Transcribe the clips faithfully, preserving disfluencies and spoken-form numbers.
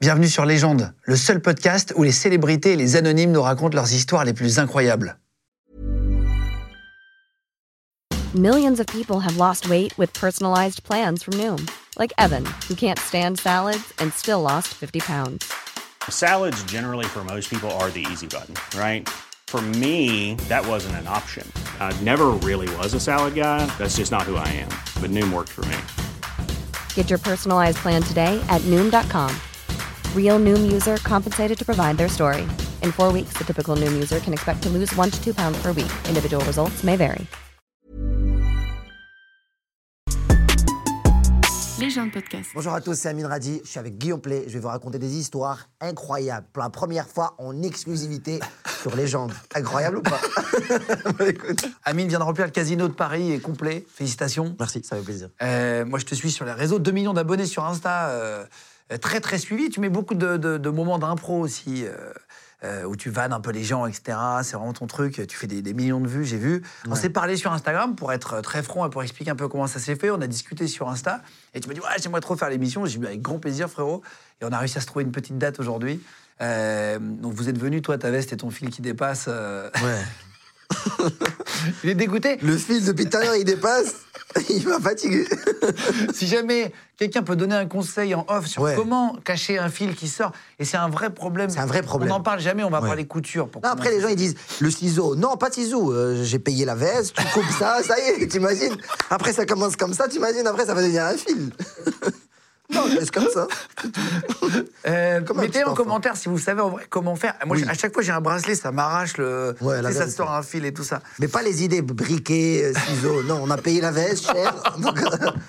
Bienvenue sur Légende, le seul podcast où les célébrités et les anonymes nous racontent leurs histoires les plus incroyables. Millions of people have lost weight with personalized plans from Noom. Like Evan, who can't stand salads and still lost fifty pounds. Salads generally for most people are the easy button, right? For me, that wasn't an option. I never really was a salad guy. That's just not who I am. But Noom worked for me. Get your personalized plan today at Noom dot com. Real Noom user compensated to provide their story. In four weeks, the typical Noom user can expect to lose one to two pounds per week. Individual results may vary. Légende podcast. Bonjour à tous, c'est Amine Radi, je suis avec Guillaume Play, je vais vous raconter des histoires incroyables, pour la première fois en exclusivité sur Légende. Incroyable ou pas? Bah, écoute. Amine vient de remplir le casino de Paris, est complet, félicitations. Merci, ça fait plaisir. Euh, moi je te suis sur les réseaux, deux millions d'abonnés sur Insta, euh, très très suivi, tu mets beaucoup de, de, de moments d'impro aussi, euh, euh, où tu vannes un peu les gens, et cetera. C'est vraiment ton truc, tu fais des, des millions de vues, j'ai vu. Ouais. On s'est parlé sur Instagram pour être très franc et pour expliquer un peu comment ça s'est fait. On a discuté sur Insta et tu m'as dit ouais, j'aimerais trop faire l'émission. J'ai dit avec grand plaisir, frérot. Et on a réussi à se trouver une petite date aujourd'hui. Euh, donc vous êtes venus, toi, ta veste et ton fil qui dépasse. Euh... Ouais. Il est dégoûté. Le fil depuis tout à l'heure, il dépasse. Il m'a fatigué. Si jamais quelqu'un peut donner un conseil en off sur ouais. comment cacher un fil qui sort, et c'est un vrai problème. C'est un vrai problème. On n'en parle jamais, on va ouais. parler couture. Pour non, après, les gens, ils disent, le ciseau. Non, pas de ciseau. Euh, j'ai payé la veste, tu coupes ça, ça y est, t'imagines. Après, ça commence comme ça, t'imagines, après, ça va devenir un fil. Non, c'est comme ça. euh, mettez en commentaire si vous savez en vrai comment faire. Moi, oui. à chaque fois, j'ai un bracelet, ça m'arrache le. Ouais, tu sais, ça sort un fil et tout ça. Mais pas les idées briquet, ciseaux. Non, on a payé la veste cher. Donc...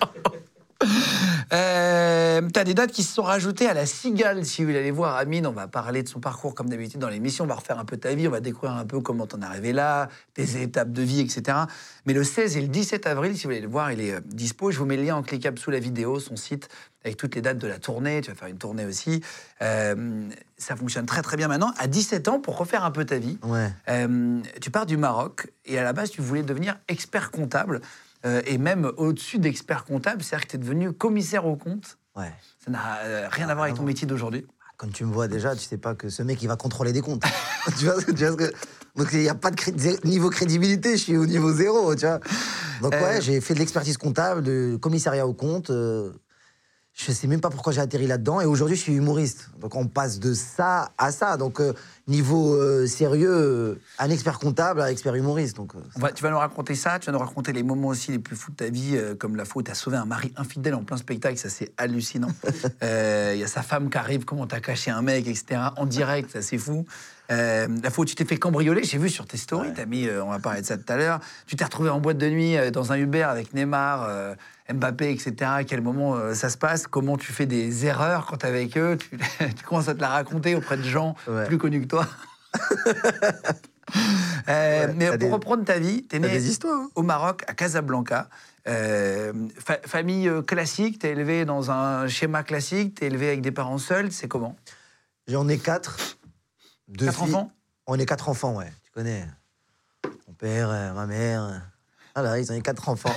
euh, T'as des dates qui se sont rajoutées à la Cigale. Si vous voulez aller voir Amine, on va parler de son parcours comme d'habitude dans l'émission. On va refaire un peu ta vie, on va découvrir un peu comment t'en es arrivé là, tes étapes de vie, et cetera. Mais le seize et le dix-sept avril, si vous voulez le voir, il est euh, dispo. Je vous mets le lien en cliquable sous la vidéo, son site, avec toutes les dates de la tournée. Tu vas faire une tournée aussi. Euh, ça fonctionne très très bien maintenant. À dix-sept ans, pour refaire un peu ta vie, ouais. euh, tu pars du Maroc et à la base, tu voulais devenir expert comptable. Euh, et même au-dessus d'expert comptable, c'est-à-dire que tu es devenu commissaire aux comptes. Ouais. Ça n'a euh, rien ah, à voir avec ton métier d'aujourd'hui. Quand tu me vois déjà, tu sais pas que ce mec, il va contrôler des comptes. tu vois, tu vois ce que... Donc, il n'y a pas de cré... niveau crédibilité, je suis au niveau zéro, tu vois. Donc, euh... ouais, j'ai fait de l'expertise comptable, de commissariat aux comptes. Euh... Je sais même pas pourquoi j'ai atterri là-dedans. Et aujourd'hui, je suis humoriste. Donc, on passe de ça à ça. Donc, euh, niveau euh, sérieux, euh, un expert comptable à expert humoriste. Donc, euh, va, tu vas nous raconter ça. Tu vas nous raconter les moments aussi les plus fous de ta vie, euh, comme la fois où tu as sauvé un mari infidèle en plein spectacle. Ça, c'est hallucinant. Il euh, y a sa femme qui arrive, comment tu as caché un mec, et cetera. En direct, ça, c'est fou. Euh, la fois où tu t'es fait cambrioler, j'ai vu sur tes stories, ouais. t'as mis, euh, on va parler de ça tout à l'heure, tu t'es retrouvé en boîte de nuit euh, dans un Uber avec Neymar, euh, Mbappé, et cetera. À quel moment euh, ça se passe? Comment tu fais des erreurs quand t'es avec eux? tu, tu commences à te la raconter auprès de gens ouais. plus connus que toi. euh, ouais, mais pour des... reprendre ta vie, t'es né des histoires, hein. au Maroc, à Casablanca. Euh, fa- famille euh, classique, t'es élevé dans un schéma classique, t'es élevé avec des parents seuls, c'est comment? J'en ai quatre. Deux quatre filles. enfants? On est quatre enfants, ouais. Tu connais. Mon père, euh, ma mère. Voilà, ils ont eu quatre enfants.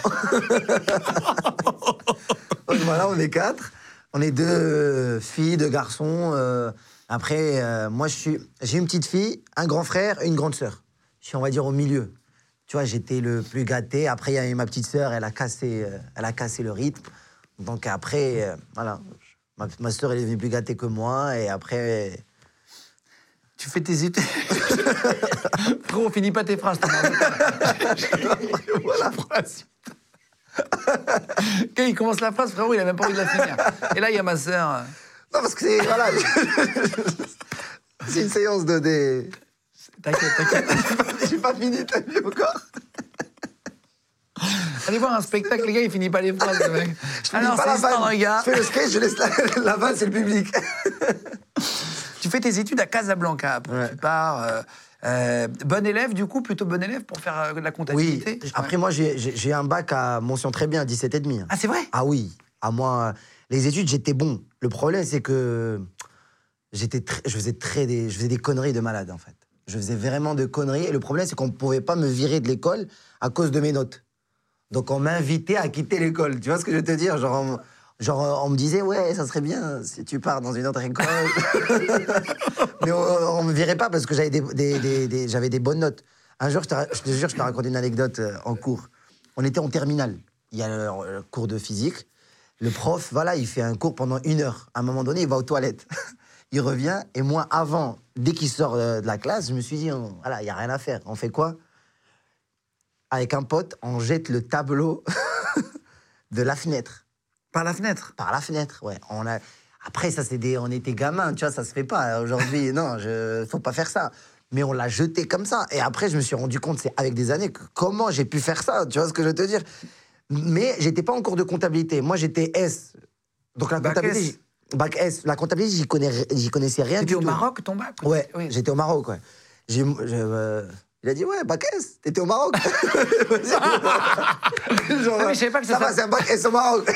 Donc voilà, on est quatre. On est deux euh, filles, deux garçons. Euh, après, euh, moi, je suis, j'ai une petite fille, un grand frère et une grande sœur. Je suis, on va dire, au milieu. Tu vois, j'étais le plus gâté. Après, il y a eu ma petite sœur, elle a cassé, euh, elle a cassé le rythme. Donc après, euh, voilà. Ma, ma sœur, elle est devenue plus gâtée que moi. Et après... Tu fais tes études. Frérot, finis pas tes phrases. Voilà. Quand il commence la phrase, frérot, il a même pas envie de la finir. Et là, il y a ma sœur. Non, parce que c'est... Voilà. C'est une séance de... Des... T'inquiète, t'inquiète. J'ai pas fini, t'as vu encore? Allez voir un spectacle, les gars, il finit pas les phrases, le mec. Je Alors, pas la vanne. Je fais le sketch, je laisse la, la vanne, c'est le public. Tu fais tes études à Casablanca, après ouais. tu pars. Euh, euh, bon élève, du coup, plutôt bon élève pour faire euh, de la comptabilité. Oui, après ouais. moi, j'ai, j'ai, j'ai un bac à mention très bien, dix-sept et demi. Ah, c'est vrai? Ah oui, à moi, les études, j'étais bon. Le problème, c'est que j'étais très, je, faisais très des, je faisais des conneries de malade, en fait. Je faisais vraiment de conneries. Et le problème, c'est qu'on ne pouvait pas me virer de l'école à cause de mes notes. Donc, on m'invitait à quitter l'école. Tu vois ce que je veux te dire? Genre, on, Genre, euh, on me disait, ouais, ça serait bien si tu pars dans une autre école. Mais on, on me virait pas parce que j'avais des, des, des, des, j'avais des bonnes notes. Un jour, je te, je te jure, je te raconte une anecdote euh, en cours. On était en terminale. Il y a le, le cours de physique. Le prof, voilà, il fait un cours pendant une heure. À un moment donné, il va aux toilettes. Il revient. Et moi, avant, dès qu'il sort de la classe, je me suis dit, on, voilà, il n'y a rien à faire. On fait quoi? Avec un pote, on jette le tableau de la fenêtre. Par la fenêtre? Par la fenêtre, ouais. On a... Après, ça, c'est des... on était gamins, tu vois, ça se fait pas. Aujourd'hui, non, je... faut pas faire ça. Mais on l'a jeté comme ça. Et après, je me suis rendu compte, c'est avec des années, que comment j'ai pu faire ça, tu vois ce que je veux te dire. Mais j'étais pas en cours de comptabilité. Moi, j'étais S. Donc la Bac comptabilité... S. j'- Bac S. La comptabilité, j'y, connais... j'y connaissais rien du C'était tout. au Maroc, ton bac? Ouais, Oui. j'étais au Maroc, ouais. J'ai... je, euh, Il a dit, ouais, bac S, t'étais au Maroc. Genre, Ah, mais je savais pas que ça ça va, s'appelait- c'est un bac S au Maroc.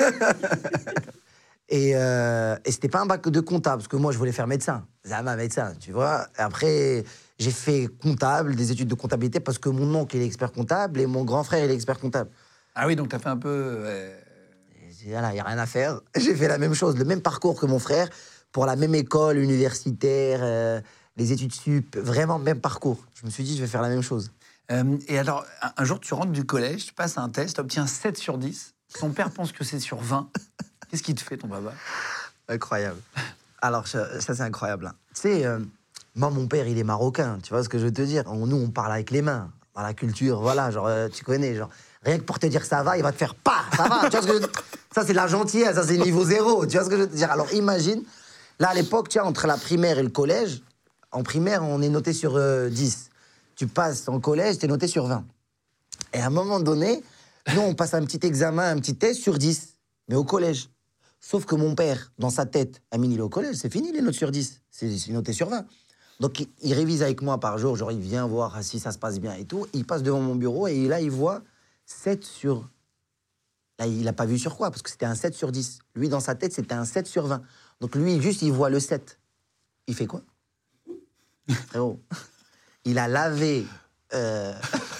Et, euh, et c'était pas un bac de comptable, parce que moi, je voulais faire médecin. Zama, médecin, tu vois. Et après, j'ai fait comptable, des études de comptabilité, parce que mon oncle, il est expert comptable, et mon grand frère, il est expert comptable. Ah oui, donc t'as fait un peu... euh, Et j'ai dit, voilà, il n'y a rien à faire. J'ai fait la même chose, le même parcours que mon frère, pour la même école universitaire, euh, les études sup, vraiment même parcours. Je me suis dit, je vais faire la même chose. Euh, et alors, un, un jour, tu rentres du collège, tu passes un test, tu obtiens sept sur dix. Ton père pense que c'est sur vingt. Qu'est-ce qu'il te fait, ton baba? Incroyable. Alors, ça, ça, c'est incroyable. Hein. Tu sais, euh, moi, mon père, il est marocain, tu vois ce que je veux te dire? On- Nous, on parle avec les mains, dans la culture, voilà, genre, euh, tu connais, genre, rien que pour te dire ça va, il va te faire pas, ça va, tu vois ce que je... Ça, c'est de la gentillesse, ça, c'est niveau zéro, tu vois ce que je veux te dire? Alors, imagine, là, à l'époque, tu vois, entre la primaire et le collège, en primaire, on est noté sur euh, dix. Tu passes en collège, t'es noté sur vingt. Et à un moment donné, nous, on passe un petit examen, un petit test sur dix, mais au collège. Sauf que mon père, dans sa tête, Amine, il est au collège, c'est fini les notes sur dix, c'est c'est noté sur vingt. Donc il, il révise avec moi par jour, genre il vient voir si ça se passe bien et tout. Il passe devant mon bureau et là, il voit sept sur... Là, il n'a pas vu sur quoi, parce que c'était un sept sur dix. Lui, dans sa tête, c'était un sept sur vingt. Donc lui, juste, il voit le sept. Il fait quoi? Frérot, il a lavé euh,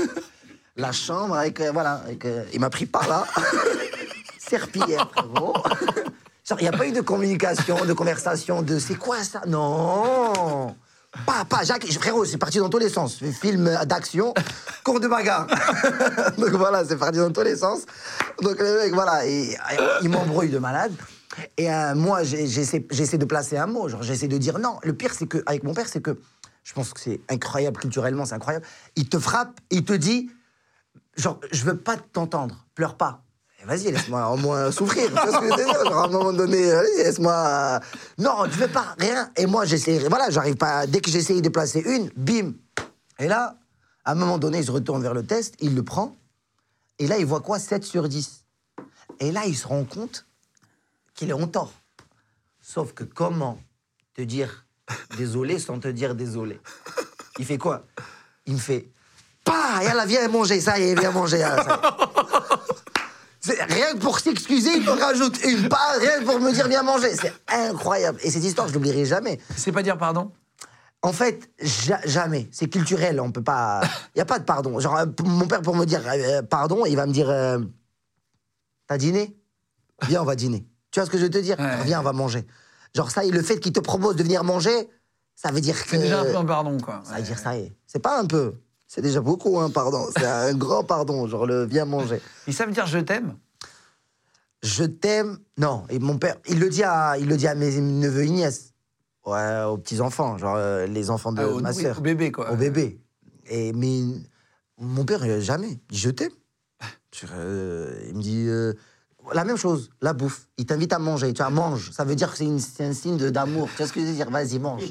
la chambre avec... euh, voilà, avec, euh, il m'a pris par là. Serpillière, frérot. Genre, il n'y a pas eu de communication, de conversation, de c'est quoi ça? Non. Pas, pas, Jacques, frérot, c'est parti dans tous les sens. Film d'action, cours de bagarre. Donc voilà, c'est parti dans tous les sens. Donc le mec, voilà, et, et, il m'embrouille de malade. Et euh, moi, j'ai- j'essaie j'essaie de placer un mot, genre j'essaie de dire non. Le pire, c'est que, avec mon père, c'est que, je pense que c'est incroyable, culturellement, c'est incroyable. Il te frappe, il te dit, genre, je veux pas t'entendre, pleure pas. Eh, vas-y, laisse-moi au moins souffrir. Tu vois ce que je veux dire? Genre, à un moment donné, vas-y, laisse-moi. Non, tu veux pas, rien. Et moi, j'essaie, voilà, j'arrive pas. Dès que j'essaye de placer une, bim. Et là, à un moment donné, il se retourne vers le test, il le prend. Et là, il voit quoi? sept sur dix. Et là, il se rend compte qu'il est en tort. Sauf que comment te dire désolé sans te dire désolé? Il fait quoi? Il me fait pas, yalla, viens manger, ça y est, viens manger. Hein, ça y est. C'est- Rien que pour s'excuser, il me rajoute une. Pas rien que pour me dire viens manger. C'est incroyable. Et cette histoire, je l'oublierai jamais. C'est pas dire pardon? En fait, ja- jamais. C'est culturel, on peut pas... Il n'y a pas de pardon. Genre, euh, p- mon père, pour me dire euh, pardon, il va me dire... euh, T'as dîné? Viens, on va dîner. Tu vois ce que je veux te dire? Ouais. Viens, on va manger. Genre, ça, et le fait qu'il te propose de venir manger, ça veut dire que... C'est déjà un peu un pardon, quoi. Ça veut dire ça y est. C'est pas un peu. C'est déjà beaucoup, un pardon. C'est un grand pardon, genre le viens manger. Et ça veut dire je t'aime? Je t'aime. Non, et mon père, il le dit à, il le dit à mes neveux et nièces. Ouais, aux petits-enfants, genre euh, les enfants de Ah, au, ma oui, sœur. au bébé, quoi. Au bébé. Et, mais mon père, euh, jamais. Il dit je t'aime. Je- euh, il me dit euh, la même chose, la bouffe. Il t'invite à manger. Tu vois, mange. Ça veut dire que c'est, une- c'est un signe de- d'amour. Tu vois ce que je veux dire? Vas-y, mange.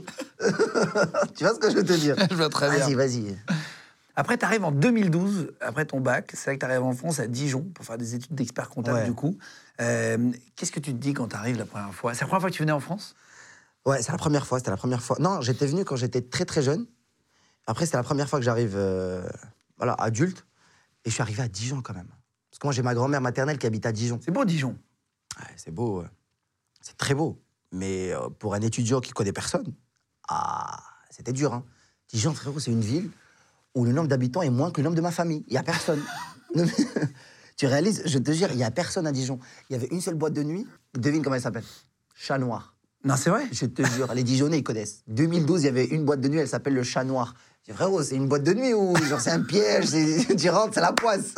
Tu vois ce que je veux te dire? Je vois très bien. Vas-y, vas-y. Après, tu arrives en deux mille douze, après ton bac. C'est vrai que tu arrives en France, à Dijon, pour faire des études d'expert comptable, Ouais. du coup. Euh, Qu'est-ce que tu te dis quand tu arrives la première fois? C'est la première fois que tu venais en France? Ouais, c'est la première fois, c'était la première fois. Non, j'étais venu quand j'étais très très jeune. Après, c'était la première fois que j'arrive, euh, voilà, adulte. Et je suis arrivé à Dijon quand même. Parce que moi, j'ai ma grand-mère maternelle qui habite à Dijon. C'est beau, Dijon. Ouais, c'est beau, ouais. C'est très beau. Mais euh, pour un étudiant qui connaît personne, ah, c'était dur, hein. Dijon, frérot, c'est une ville où le nombre d'habitants est moins que le nombre de ma famille. Il n'y a personne. Tu Tu réalises, je te jure, il n'y a personne à Dijon. Il y avait une seule boîte de nuit. Devine comment elle s'appelle. Chat Noir. Non, c'est vrai. Je te jure, les Dijonnais, ils connaissent. deux mille douze, il y avait une boîte de nuit, elle s'appelle le Chat Noir. Je dis, frérot, c'est une boîte de nuit ou genre c'est un piège, c'est- tu rentres, c'est la poisse.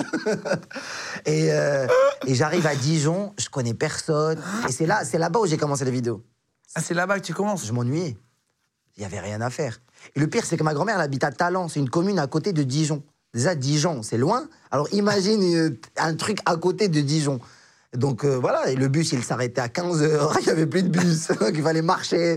et euh, et j'arrive à Dijon, je connais personne. Et c'est là, c'est là-bas où j'ai commencé les vidéos. Ah, c'est là-bas que tu commences. Je m'ennuyais. Il n'y avait rien à faire. Et le pire, c'est que ma grand-mère, elle habite à Talent. C'est une commune à côté de Dijon. Déjà, Dijon, c'est loin. Alors imagine euh, un truc à côté de Dijon. Donc euh, voilà, et le bus, il s'arrêtait à quinze heures. Il n'y avait plus de bus. Donc il fallait marcher.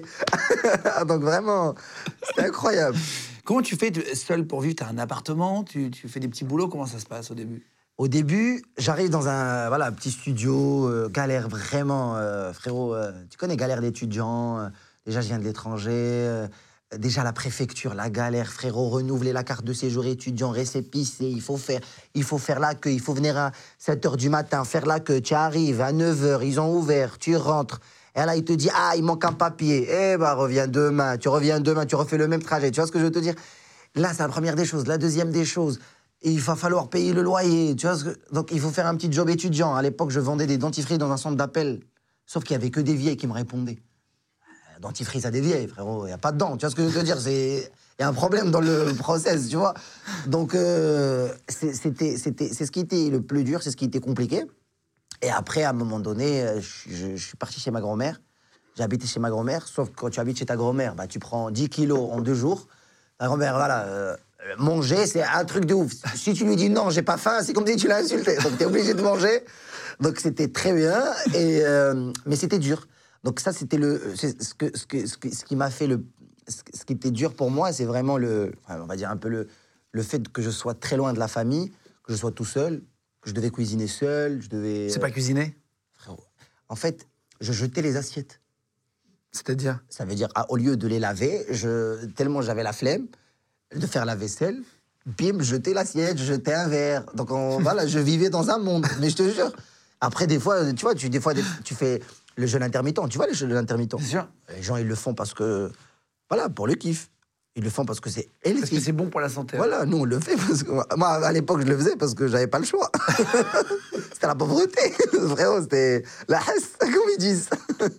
Donc vraiment, c'était incroyable. Comment tu fais tu- seul pour vivre? T'as un appartement, tu, tu fais des petits boulots, comment ça se passe au début? Au début, j'arrive dans un voilà, petit studio, euh, galère vraiment, euh, frérot. euh, tu connais, galère d'étudiant. euh, déjà, je viens de l'étranger. euh, déjà, la préfecture, la galère, frérot. Renouveler la carte de séjour étudiant, récépissé. Il faut faire, il faut faire l'accueil. Il faut venir à sept heures du matin, faire l'accueil. Tu arrives à neuf heures, ils ont ouvert, tu rentres. Et là, il te dit, ah, il manque un papier. Eh ben, reviens demain. Tu reviens demain, tu refais le même trajet. Tu vois ce que je veux te dire? Là, c'est la première des choses. La deuxième des choses, il va falloir payer le loyer. Tu vois ce que... Donc, il faut faire un petit job étudiant. À l'époque, je vendais des dentifrices dans un centre d'appel. Sauf qu'il n'y avait que des vieilles qui me répondaient. Euh, Dentifrice à des vieilles, frérot. Il n'y a pas de dents. Tu vois ce que je veux te dire? C'est... Il y a un problème dans le process, tu vois. Donc, euh, c'est- c'était, c'était, c'est ce qui était le plus dur, c'est ce qui était compliqué. Et après, à un moment donné, euh, je, je- je suis parti chez ma grand-mère. J'ai habité chez ma grand-mère, sauf que quand tu habites chez ta grand-mère, bah, tu prends dix kilos en deux jours. Ta grand-mère, voilà, euh, manger, c'est un truc de ouf. Si tu lui dis non, j'ai pas faim, c'est comme si tu l'as insulté. Donc, t'es obligé de manger. Donc, c'était très bien, et, euh, mais c'était dur. Donc, ça, c'était le, c'est ce, que, ce, que, ce, que- ce qui m'a fait le. Ce, ce qui était dur pour moi, c'est vraiment le. Enfin, on va dire un peu le, le fait que je sois très loin de la famille, que je sois tout seul, que je devais cuisiner seul, je devais. C'est pas cuisiner? Frérot. En fait, je jetais les assiettes. C'est-à-dire? Ça veut dire, ah, au lieu de les laver, je, tellement j'avais la flemme de faire la vaisselle, bim, jeter l'assiette, jeter un verre. Donc on- voilà, je vivais dans un monde. Mais je te jure. Après, des fois, tu vois, tu, des fois, des- tu fais le jeûne intermittent. Tu vois le jeûne intermittent? C'est sûr. Les gens, ils le font parce que, voilà, pour le kiff. Ils le font parce que c'est Parce que healthy. c'est bon pour la santé. Voilà, nous on le fait parce que moi à l'époque je le faisais parce que j'avais pas le choix. C'était la pauvreté, frérot, c'était la hesse, comme ils disent.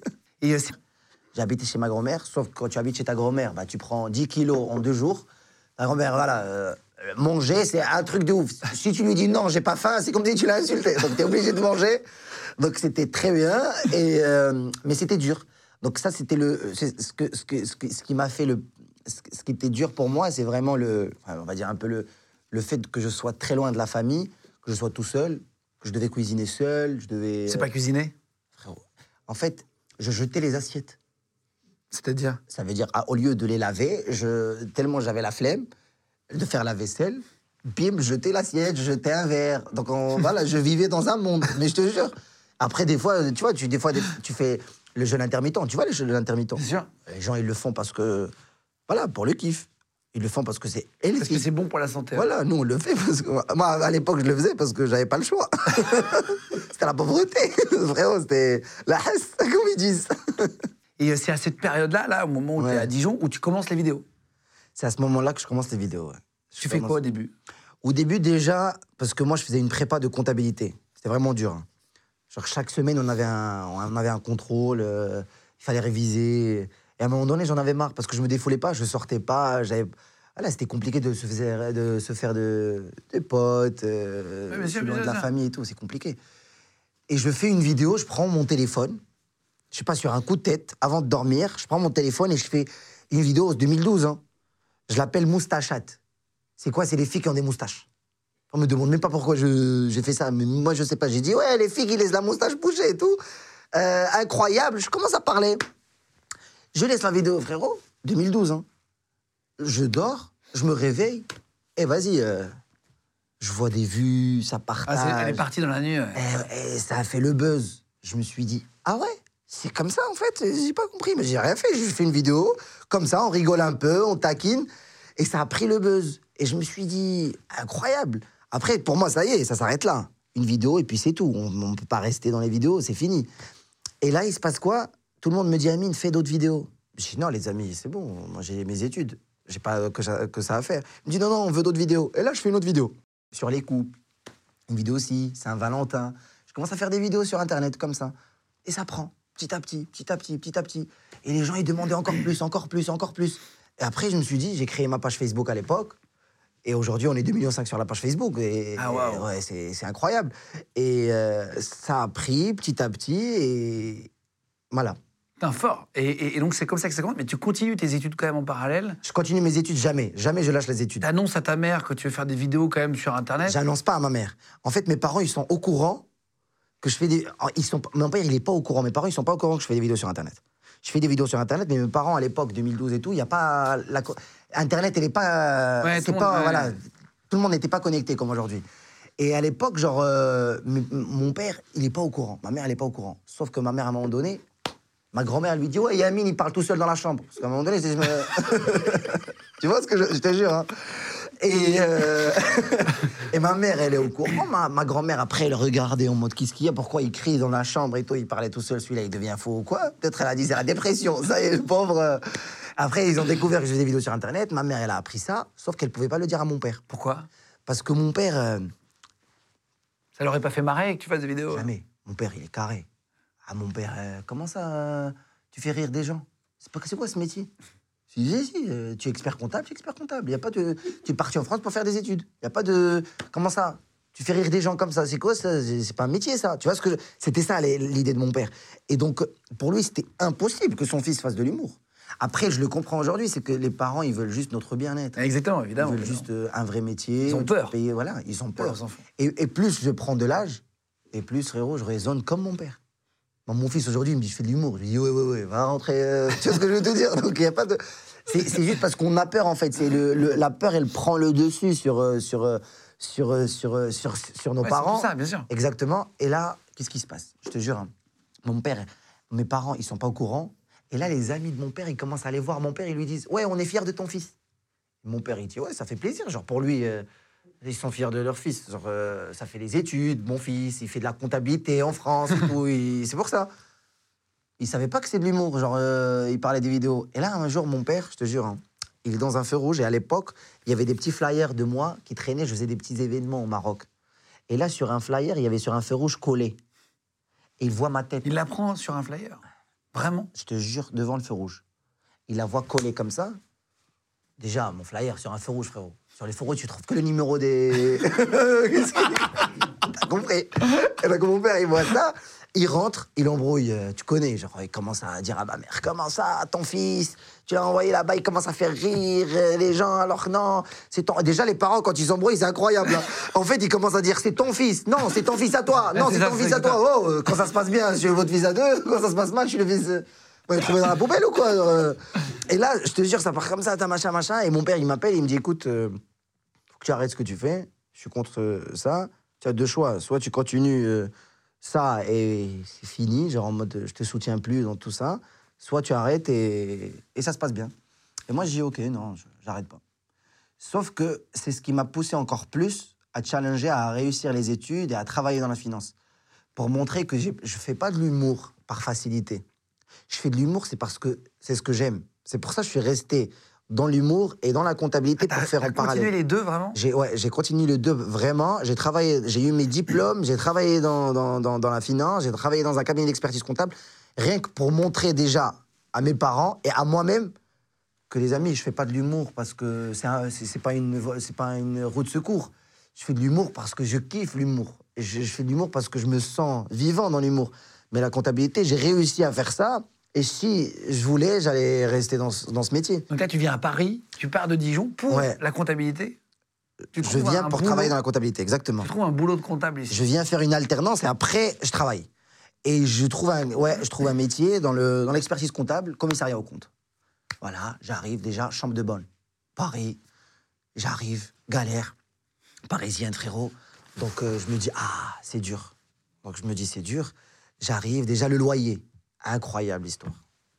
Et euh, c'est- J'ai habité chez ma grand-mère, sauf que quand tu habites chez ta grand-mère, bah, tu prends dix kilos en deux jours. Ta grand-mère, voilà, euh, manger, c'est un truc de ouf. Si tu lui dis non, j'ai pas faim, c'est comme si tu l'as insulté. Donc t'es obligé de manger. Donc c'était très bien, et, euh, mais c'était dur. Donc ça, c'était le, c'est ce, que, ce, que, ce, que- ce qui m'a fait le. Ce ce qui était dur pour moi, c'est vraiment le. Enfin, on va dire un peu le, le fait que je sois très loin de la famille, que je sois tout seul, que je devais cuisiner seul, je devais. c'est pas cuisiner? Frérot. En fait, je jetais les assiettes. C'est-à-dire? Ça veut dire, ah, au lieu de les laver, je, tellement j'avais la flemme de faire la vaisselle, bim, jeter l'assiette, jeter un verre. Donc on- voilà, je vivais dans un monde. Mais je te jure. Après, des fois, tu vois, tu, des fois, des- tu fais le jeûne intermittent. Tu vois le jeûne intermittent? C'est sûr. Les gens, ils le font parce que, voilà, pour le kiff. Ils le font parce que c'est Parce que healthy. c'est bon pour la santé. Voilà, nous on le fait parce que moi à l'époque je le faisais parce que j'avais pas le choix. C'était la pauvreté, frérot, c'était la hesse, comme ils disent. Et euh, c'est à cette période-là, là, au moment où tu es Ouais. à Dijon, où tu commences les vidéos. C'est à ce moment-là que je commence les vidéos. ouais. Je Tu fais commence- quoi au début? Au début, déjà, parce que moi, je faisais une prépa de comptabilité. C'était vraiment dur. hein. Genre, chaque semaine, on avait un, on avait un contrôle, euh, il fallait réviser. Et à un moment donné, j'en avais marre, parce que je me défoulais pas, je sortais pas, j'avais... Voilà, c'était compliqué de se faire de, se faire de, des potes, euh, Ouais, bien sûr, loin bien de la sûr. famille et tout, c'est compliqué. Et je fais une vidéo, je prends mon téléphone, je sais pas, sur un coup de tête, avant de dormir, je prends mon téléphone et je fais une vidéo en deux mille douze. Hein. Je l'appelle Moustachat. C'est quoi? C'est les filles qui ont des moustaches. On me demande même pas pourquoi je- j'ai fait ça, mais moi je sais pas. J'ai dit, ouais, les filles qui laissent la moustache bouger et tout. Euh, incroyable, je commence à parler. Je laisse la vidéo, frérot, deux mille douze. Hein. Je dors, je me réveille, et vas-y, euh, je vois des vues, ça Ah, c'est- partage. elle est partie dans la nuit. ouais. Et, et ça a fait le buzz. Je me suis dit, ah ouais, c'est comme ça en fait. J'ai pas compris, mais j'ai rien fait. J'ai fait une vidéo, comme ça, on rigole un peu, on taquine. Et ça a pris le buzz. Et je me suis dit, incroyable. Après, pour moi, ça y est, ça s'arrête là. Une vidéo, et puis c'est tout. On ne peut pas rester dans les vidéos, c'est fini. Et là, il se passe quoi? Tout le monde me dit, Amine, fais d'autres vidéos. Je dis, non, les amis, c'est bon, moi j'ai mes études. J'ai pas que ça, que ça à faire. Il me dit, non, non, on veut d'autres vidéos. Et là, je fais une autre vidéo sur les couples, une vidéo aussi, c'est un Valentin. Je commence à faire des vidéos sur Internet comme ça. Et ça prend, petit à petit, petit à petit, petit à petit. Et les gens, ils demandaient encore plus, encore plus, encore plus. Et après, je me suis dit, j'ai créé ma page Facebook à l'époque. Et aujourd'hui, on est deux virgule cinq millions sur la page Facebook. Et, ah, wow. et ouais, c'est, c'est incroyable. Et euh, ça a pris petit à petit. Et voilà. Putain, fort. Et, et, et donc, c'est comme ça que ça commence. Mais tu continues tes études quand même en parallèle? Je continue mes études, jamais. Jamais je lâche les études. T'annonces à ta mère que tu veux faire des vidéos quand même sur Internet? J'annonce pas à ma mère. En fait, mes parents, ils sont au courant que je fais des... Ils sont... Mon père, il est pas au courant. Mes parents, ils sont pas au courant que je fais des vidéos sur Internet. Je fais des vidéos sur Internet, mais mes parents, à l'époque, deux mille douze et tout, il n'y a pas... La... Internet, elle n'est pas... Ouais, c'est tout pas... monde, Voilà. ouais. Tout le monde n'était pas connecté comme aujourd'hui. Et à l'époque, genre, euh, m- mon père, il n'est pas au courant. Ma mère, elle n'est pas au courant. Sauf que ma mère, à un moment donné, ma grand-mère, elle lui dit « Ouais, Yamine, il parle tout seul dans la chambre. » Parce qu'à un moment donné, c'est... Tu vois ce que je, je te jure, hein. Et, euh... et ma mère, elle est au courant. Ma, ma grand-mère, après, elle regardait en mode qu'est-ce qu'il y a, pourquoi il crie dans la chambre et tout, il parlait tout seul, celui-là, il devient faux ou quoi. Peut-être elle a dit c'est la dépression, ça y est, le pauvre. Après, ils ont découvert que je faisais des vidéos sur Internet. Ma mère, elle a appris ça, sauf qu'elle pouvait pas le dire à mon père. Pourquoi? Parce que mon père. Euh... Ça l'aurait pas fait marrer que tu fasses des vidéos? Jamais. Mon père, il est carré. Ah, mon père, euh, comment ça, euh, tu fais rire des gens? C'est pas, c'est quoi ce métier? Je disais, si, euh, tu es expert comptable, tu es expert comptable. Y a pas de... Tu es parti en France pour faire des études. Il n'y a pas de... Comment ça? Tu fais rire des gens comme ça, c'est quoi ça? C'est pas un métier, ça. Tu vois ce que je... C'était ça, l'idée de mon père. Et donc, pour lui, c'était impossible que son fils fasse de l'humour. Après, je le comprends aujourd'hui, c'est que les parents, ils veulent juste notre bien-être. Exactement, évidemment. Ils veulent évidemment. juste euh, un vrai métier. Ils ont peur. Payer, voilà, ils ont peur. Leurs enfants. Et, et plus je prends de l'âge, et plus, frérot, je raisonne comme mon père. Bon, mon fils, aujourd'hui, il me dit, je fais de l'humour. Je lui dis, ouais, ouais, ouais, va rentrer... Euh... tu vois ce que je veux te dire? Donc, il n'y a pas de... C'est, c'est juste parce qu'on a peur, en fait. C'est le, le, la peur, elle prend le dessus sur, euh, sur, euh, sur, euh, sur, euh, sur, sur nos Ouais, parents. c'est tout ça, bien sûr. Exactement. Et là, qu'est-ce qui se passe? Je te jure, hein, mon père, mes parents, ils sont pas au courant. Et là, les amis de mon père, ils commencent à aller voir mon père, ils lui disent « Ouais, on est fiers de ton fils. » Mon père, il dit « Ouais, ça fait plaisir. » Genre, pour lui, euh, ils sont fiers de leur fils. Genre, euh, ça fait les études, mon fils, il fait de la comptabilité en France et tout. Il... C'est pour ça. Il savait pas que c'est de l'humour. Genre, euh, il parlait des vidéos. Et là, un jour, mon père, je te jure, hein, il est dans un feu rouge. Et à l'époque, il y avait des petits flyers de moi qui traînaient. Je faisais des petits événements au Maroc. Et là, sur un flyer, il y avait sur un feu rouge collé. Et il voit ma tête. Il la prend sur un flyer? Vraiment? Je te jure, devant le feu rouge. Il la voit collée comme ça. Déjà, mon flyer sur un feu rouge, frérot. Sur les feux rouges, tu trouves que le numéro des... Qu'est-ce qu'il... T'as compris? Et donc, mon père, il voit ça. Il rentre, il embrouille, euh, tu connais, genre, il commence à dire à ma mère, comment ça, ton fils, tu l'as envoyé là-bas, il commence à faire rire euh, les gens, alors que non, c'est ton... Déjà, les parents, quand ils embrouillent, c'est incroyable. Hein. En fait, ils commencent à dire, c'est ton fils, non, c'est ton fils à toi, non, c'est ton fils à toi. Oh, euh, quand ça se passe bien, je suis votre fils à deux, quand ça se passe mal, je suis le fils... Euh... Vous l'avez trouvé dans la poubelle ou quoi? euh... Et là, je te jure, ça part comme ça, t'as machin, machin, et mon père, il m'appelle, il me dit, écoute, euh, faut que tu arrêtes ce que tu fais, je suis contre euh, ça, tu as deux choix, soit tu continues... Euh, ça, et c'est fini, genre en mode je te soutiens plus dans tout ça, soit tu arrêtes et, et ça se passe bien. Et moi, je dis ok, non, je, j'arrête pas. Sauf que c'est ce qui m'a poussé encore plus à challenger, à réussir les études et à travailler dans la finance. Pour montrer que j'ai, je fais pas de l'humour par facilité. Je fais de l'humour, c'est parce que c'est ce que j'aime. C'est pour ça que je suis resté dans l'humour et dans la comptabilité pour faire en parallèle. Continuer les deux, vraiment? J'ai, ouais, j'ai continué les deux, vraiment. J'ai travaillé, j'ai eu mes diplômes, j'ai travaillé dans, dans, dans, dans la finance, j'ai travaillé dans un cabinet d'expertise comptable, rien que pour montrer déjà à mes parents et à moi-même que les amis, je fais pas de l'humour parce que c'est, un, c'est, c'est, pas une, c'est pas une roue de secours. Je fais de l'humour parce que je kiffe l'humour. Et je, je fais de l'humour parce que je me sens vivant dans l'humour. Mais la comptabilité, j'ai réussi à faire ça. Et si je voulais, j'allais rester dans ce, dans ce métier. Donc là, tu viens à Paris, tu pars de Dijon pour ouais. la comptabilité? Tu Je viens pour boulot, travailler dans la comptabilité, exactement. Tu trouves un boulot de comptable ici? Je viens faire une alternance et après, je travaille. Et je trouve un, ouais, je trouve un métier dans, le, dans l'expertise comptable, commissariat aux comptes. Voilà, j'arrive déjà, chambre de bonne. Paris, j'arrive, galère. Parisienne, frérot. Donc euh, je me dis, ah, c'est dur. Donc je me dis, c'est dur. J'arrive, déjà le loyer. Incroyable histoire.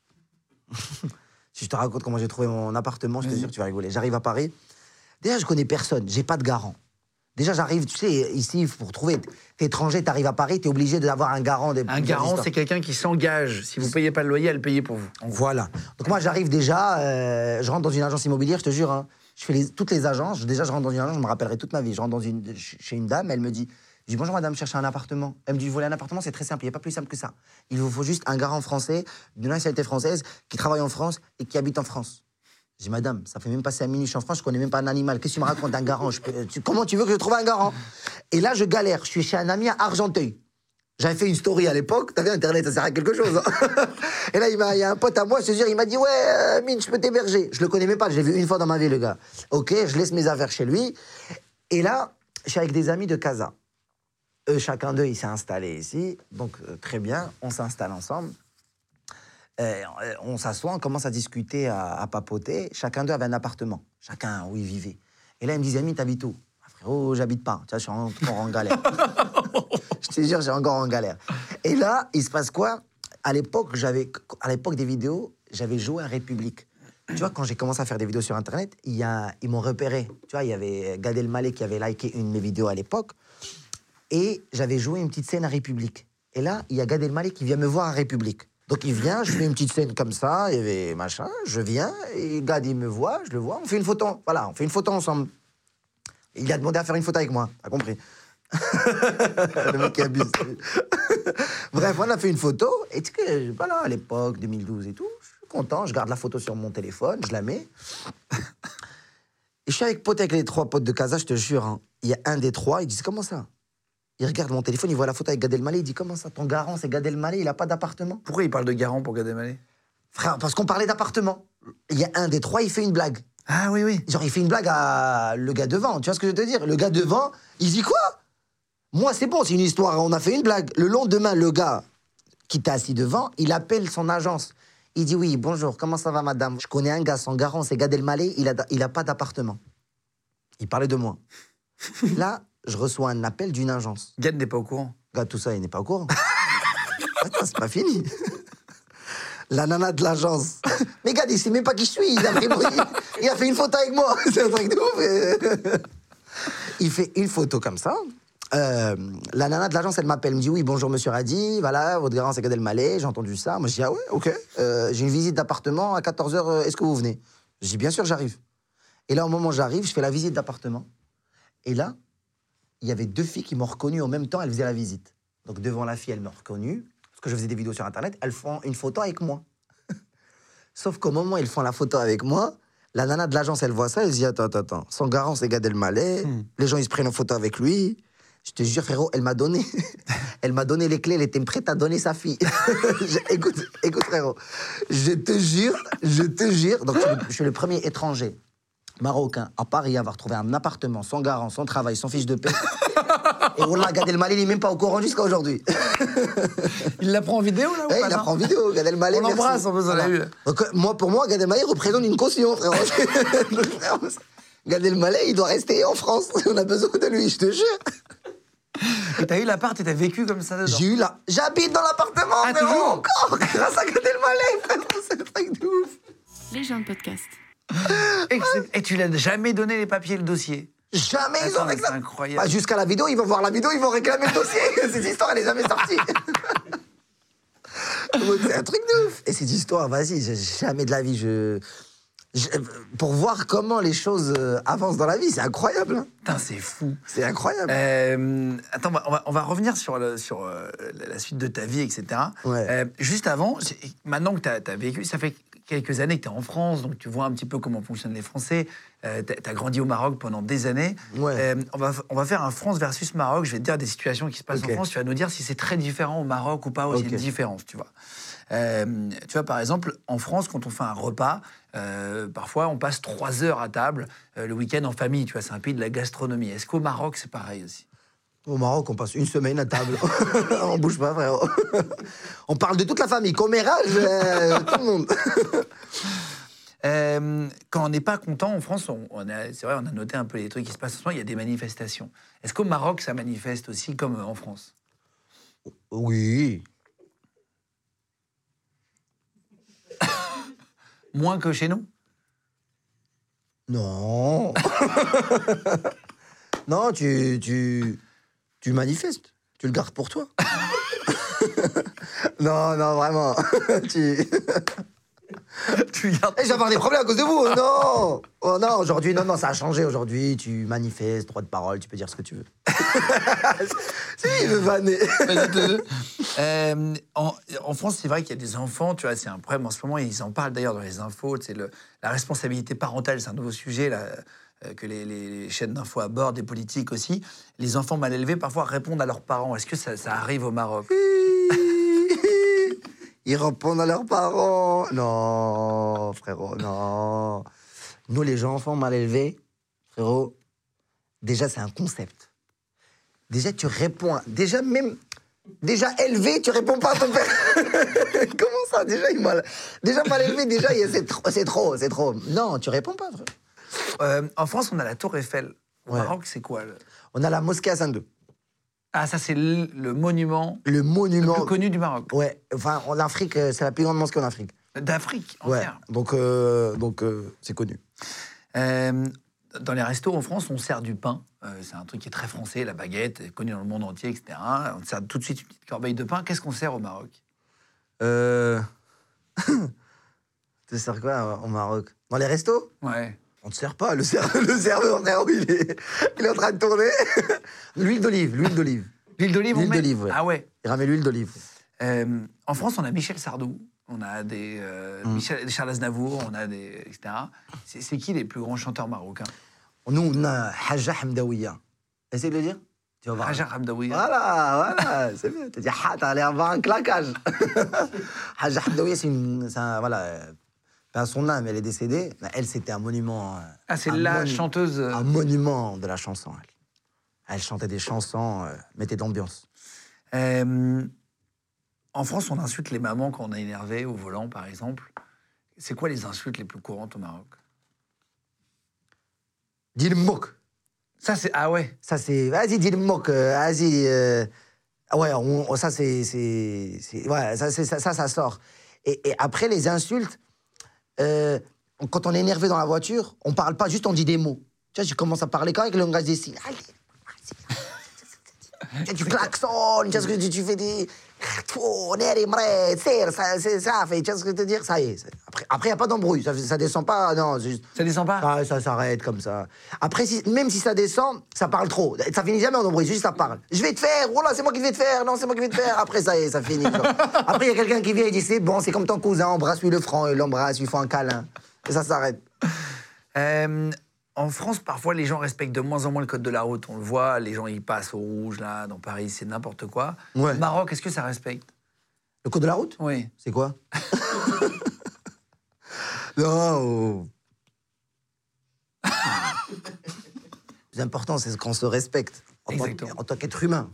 Si je te raconte comment j'ai trouvé mon appartement, je te jure que tu vas rigoler. J'arrive à Paris. Déjà, je connais personne. J'ai pas de garant. Déjà, j'arrive, tu sais, ici, pour trouver... T'es étranger, t'arrives à Paris, t'es obligé d'avoir un garant. Des, un garant, c'est quelqu'un qui s'engage. Si vous payez pas le loyer, elle paye pour vous. Voilà. Donc moi, j'arrive déjà, euh, je rentre dans une agence immobilière, je te jure. Hein, je fais les, toutes les agences. Déjà, je rentre dans une agence, je me rappellerai toute ma vie. Je rentre dans une, chez une dame, elle me dit... Je dis bonjour madame, je cherche un appartement. Elle me dit, vous voulez un appartement, c'est très simple, il n'y a pas plus simple que ça. Il vous faut juste un garant français, d'une nationalité française, qui travaille en France et qui habite en France. Je dis madame, ça fait même pas cinq minutes, je suis en France, je connais même pas un animal. Qu'est-ce que tu me racontes, un garant je peux, tu, comment tu veux que je trouve un garant? Et là, je galère, je suis chez un ami à Argenteuil. J'avais fait une story à l'époque, t'as vu, Internet, ça sert à quelque chose. Hein. Et là, il, il y a un pote à moi, je te jure, il m'a dit, ouais, euh, Mine, je peux t'héberger. Je le connais même pas, je l'ai vu une fois dans ma vie, le gars. Ok, je laisse mes affaires chez lui. Et là, je suis avec des amis de Casa. Eux, chacun d'eux, il s'est installé ici. Donc, euh, très bien, on s'installe ensemble. Euh, on s'assoit, on commence à discuter, à, à papoter. Chacun d'eux avait un appartement, chacun où il vivait. Et là, il me disait, Mine, t'habites où? Ah, frérot, j'habite pas. Tu vois, je suis encore en galère. Je te jure, j'ai encore en galère. Et là, il se passe quoi? À l'époque, j'avais, à l'époque des vidéos, j'avais joué à République. Tu vois, quand j'ai commencé à faire des vidéos sur Internet, il y a, ils m'ont repéré. Tu vois, il y avait Gad Elmaleh qui avait liké une de mes vidéos à l'époque. Et j'avais joué une petite scène à République. Et là, il y a Gad Elmaleh qui vient me voir à République. Donc il vient, je fais une petite scène comme ça, il y avait machin, je viens, et Gad, il me voit, je le vois, on fait une photo. Voilà, on fait une photo ensemble. Il a demandé à faire une photo avec moi, t'as compris? Le mec qui abuse. Bref, on a fait une photo, et tu sais, voilà, à l'époque, deux mille douze et tout, je suis content, je garde la photo sur mon téléphone, je la mets. Et je suis avec pote avec les trois potes de Casa, je te jure, hein. Il y a un des trois, il dit, comment ça? Il regarde mon téléphone, il voit la photo avec Gad Elmaleh, il dit, comment ça, ton garant, c'est Gad Elmaleh, il a pas d'appartement? Pourquoi il parle de garant pour Gad Elmaleh? Frère, parce qu'on parlait d'appartement. Il y a un des trois, il fait une blague. Ah oui, oui. Genre, il fait une blague à le gars devant, tu vois ce que je veux te dire? Le gars devant, il dit quoi? Moi, c'est bon, c'est une histoire, on a fait une blague. Le lendemain, le gars qui était assis devant, il appelle son agence. Il dit, oui, bonjour, comment ça va, madame? Je connais un gars, son garant, c'est Gad Elmaleh, il a, il a pas d'appartement. Il parlait de moi. Là, je reçois un appel d'une agence. Gad n'est pas au courant. Gad, tout ça, il n'est pas au courant. Attends, c'est pas fini. La nana de l'agence. Mais Gad, il sait même pas qui je suis. Il a, pris... il a fait une photo avec moi. C'est un truc de ouf. Il fait une photo comme ça. Euh, la nana de l'agence, elle m'appelle, elle me dit, oui, bonjour, monsieur Radi, voilà, votre garant, c'est Gad Elmaleh, j'ai entendu ça. Moi, je dis, ah ouais, ok. Euh, j'ai une visite d'appartement à quatorze heures, est-ce que vous venez? Je dis, bien sûr, j'arrive. Et là, au moment où j'arrive, je fais la visite d'appartement. Et là, il y avait deux filles qui m'ont reconnu en même temps, elles faisaient la visite. Donc, devant la fille, elle m'a reconnu, parce que je faisais des vidéos sur Internet, elles font une photo avec moi. Sauf qu'au moment où elles font la photo avec moi, la nana de l'agence, elle voit ça, elle se dit, attends, attends, attends, son garant, c'est Gad Elmaleh, hmm. les gens, ils se prennent en photo avec lui. Je te jure, frérot, elle m'a donné, elle m'a donné les clés, elle était prête à donner sa fille. je, écoute, écoute, frérot, je te jure, je te jure, donc je, je suis le premier étranger marocain à Paris à avoir trouvé un appartement, son garant, son travail, son fiche de paie. Et on l'a, Gad Elmaleh, il n'est même pas au courant jusqu'à aujourd'hui. Il la prend en vidéo, là, ou ouais, pas? Il la prend en vidéo, Gad Elmaleh. On l'embrasse, on vous en a eu. Donc, moi, pour moi, Gad Elmaleh représente une caution, frérot. Gad Elmaleh, il doit rester en France. On a besoin de lui, je te jure. Et t'as eu l'appart et t'as vécu comme ça dedans? J'ai eu la... J'habite dans l'appartement, ah, frérot, toujours encore, grâce à Gad Elmaleh, frérot, c'est un truc de ouf. Les gens de podcast. Et, et tu l'as jamais donné les papiers, le dossier? Jamais. Attends, ils ont réclamé. C'est incroyable. Bah, jusqu'à la vidéo, ils vont voir la vidéo, ils vont réclamer le dossier. Cette histoire, elle est jamais sortie. C'est un truc de ouf. Et cette histoire, vas-y, jamais de la vie, je... je... Pour voir comment les choses avancent dans la vie, c'est incroyable. Hein. Putain, c'est fou. C'est incroyable. Euh, attends, on va, on va revenir sur, le, sur euh, la suite de ta vie, et cetera. Ouais. Euh, juste avant, maintenant que tu as vécu, ça fait quelques années que tu es en France, donc tu vois un petit peu comment fonctionnent les Français. Euh, tu as grandi au Maroc pendant des années. Ouais. Euh, on, va, on va faire un France versus Maroc. Je vais te dire des situations qui se passent okay. en France. Tu vas nous dire si c'est très différent au Maroc ou pas, ou s'il y a une différence, tu vois. Euh, tu vois, par exemple, en France, quand on fait un repas, euh, parfois, on passe trois heures à table euh, le week-end en famille. Tu vois, c'est un pays de la gastronomie. Est-ce qu'au Maroc, c'est pareil aussi? Au Maroc, on passe une semaine à table. On bouge pas, frérot. On parle de toute la famille, commérage, euh, tout le monde. Euh, quand on n'est pas content en France, on, on a, c'est vrai, on a noté un peu les trucs qui se passent en ce moment, il y a des manifestations. Est-ce qu'au Maroc, ça manifeste aussi comme en France? Oui. Moins que chez nous? Non. Non, tu, tu, tu manifestes. Tu le gardes pour toi. Non, non, vraiment. tu... tu gardes... hey, je vais avoir des problèmes à cause de vous. Non. Oh non, aujourd'hui, non, non, ça a changé. Aujourd'hui, tu manifestes, droit de parole, tu peux dire ce que tu veux. Si, il veut vanner. euh, en, en France, c'est vrai qu'il y a des enfants, tu vois, c'est un problème en ce moment, ils en parlent d'ailleurs dans les infos, c'est le, la responsabilité parentale, c'est un nouveau sujet là, euh, que les, les, les chaînes d'infos abordent, des politiques aussi. Les enfants mal élevés, parfois, répondent à leurs parents. Est-ce que ça, ça arrive au Maroc? Ils répondent à leurs parents. Non, frérot, non. Nous, les enfants mal élevés, frérot, déjà, c'est un concept. Déjà, tu réponds... À... Déjà, même... Déjà élevé, tu réponds pas à ton père. Comment ça? Déjà, il mal... Déjà mal élevé, déjà, c'est trop, c'est trop, c'est trop. Non, tu réponds pas, frère. Euh, en France, on a la Tour Eiffel. Au Ouais. Maroc, c'est quoi? Le... On a la mosquée Hassan deux. Ah, ça, c'est le, le monument Le le monument... plus connu du Maroc. Ouais, enfin, en Afrique, euh, c'est la plus grande mosquée en Afrique. D'Afrique Ouais, entière. donc euh, donc euh, c'est connu. Euh, dans les restos en France, on sert du pain. Euh, c'est un truc qui est très français, la baguette, est connue dans le monde entier, et cetera. On sert tout de suite une petite corbeille de pain. Qu'est-ce qu'on sert au Maroc? Euh... tu sers quoi au Maroc? Dans les restos? Ouais. On ne sert pas, le, ser... le serveur, frérot, il est... il est en train de tourner. L'huile d'olive, l'huile d'olive. L'huile d'olive, on L'huile met d'olive, ouais. Ah ouais. Il ramène l'huile d'olive. Euh, en France, on a Michel Sardou, on a des, euh, Mm. Michel, Charles Aznavour, on a des, et cetera. C'est, c'est qui les plus grands chanteurs marocains? Nous, on a Haja Hamdawiya. Essaye de le dire. Tu vas voir. Hajar Hamdaoui. Voilà, voilà, c'est bien. Tu dis, ah, t'as l'air d'avoir un claquage. Haja Hamdawiya, c'est une. C'est un, voilà. euh, Pas son âme, elle est décédée. Mais elle, c'était un monument. euh, Ah, c'est un la monu- chanteuse. euh, Un monument de la chanson, elle. Elle chantait des chansons, euh, mettait d'ambiance. Euh, en France, on insulte les mamans quand on est énervé au volant, par exemple. C'est quoi les insultes les plus courantes au Maroc? Dis le moque. Ça, c'est... Ah ouais. Ça, c'est. Vas-y, dis le moque. euh, Vas-y. euh, Ouais, on- ça, c'est. c'est- c'est- Ouais, ça, c'est- ça, ça, ça sort. Et, et après, les insultes, euh, quand on est énervé dans la voiture, on parle pas, juste on dit des mots. Tu vois, je commence à parler quand avec le langage des signes. Allez, vas-y. Tu klaxonnes, tu vois ce que tu, tu fais des. Oh, neri, mre, serre, ça, c'est ça, fait, tu vois ce que je veux te dire? Ça y est. c'est- Après, après, il n'y a pas d'embrouille, ça, ça descend pas, non, c'est juste. Ça descend pas? Ah, ça s'arrête comme ça. Après, si- même si ça descend, ça parle trop. Ça finit jamais en embrouille, juste ça parle. Je vais te faire, oh là, c'est moi qui vais te faire, non, c'est moi qui vais te faire. Après, ça y est, ça finit. genre. Après, il y a quelqu'un qui vient et dit, c'est bon, c'est comme ton cousin, embrasse-lui le front, il l'embrasse, il lui fait un câlin. Et ça s'arrête. Euh, en France, parfois, les gens respectent de moins en moins le code de la route. On le voit, les gens, ils passent au rouge, là, dans Paris, c'est n'importe quoi. Ouais. Au Maroc, est-ce que ça respecte? Le code de la route? Oui. C'est quoi? Non. Le plus important, c'est qu'on se respecte en tant, Exactement. en tant qu'être humain.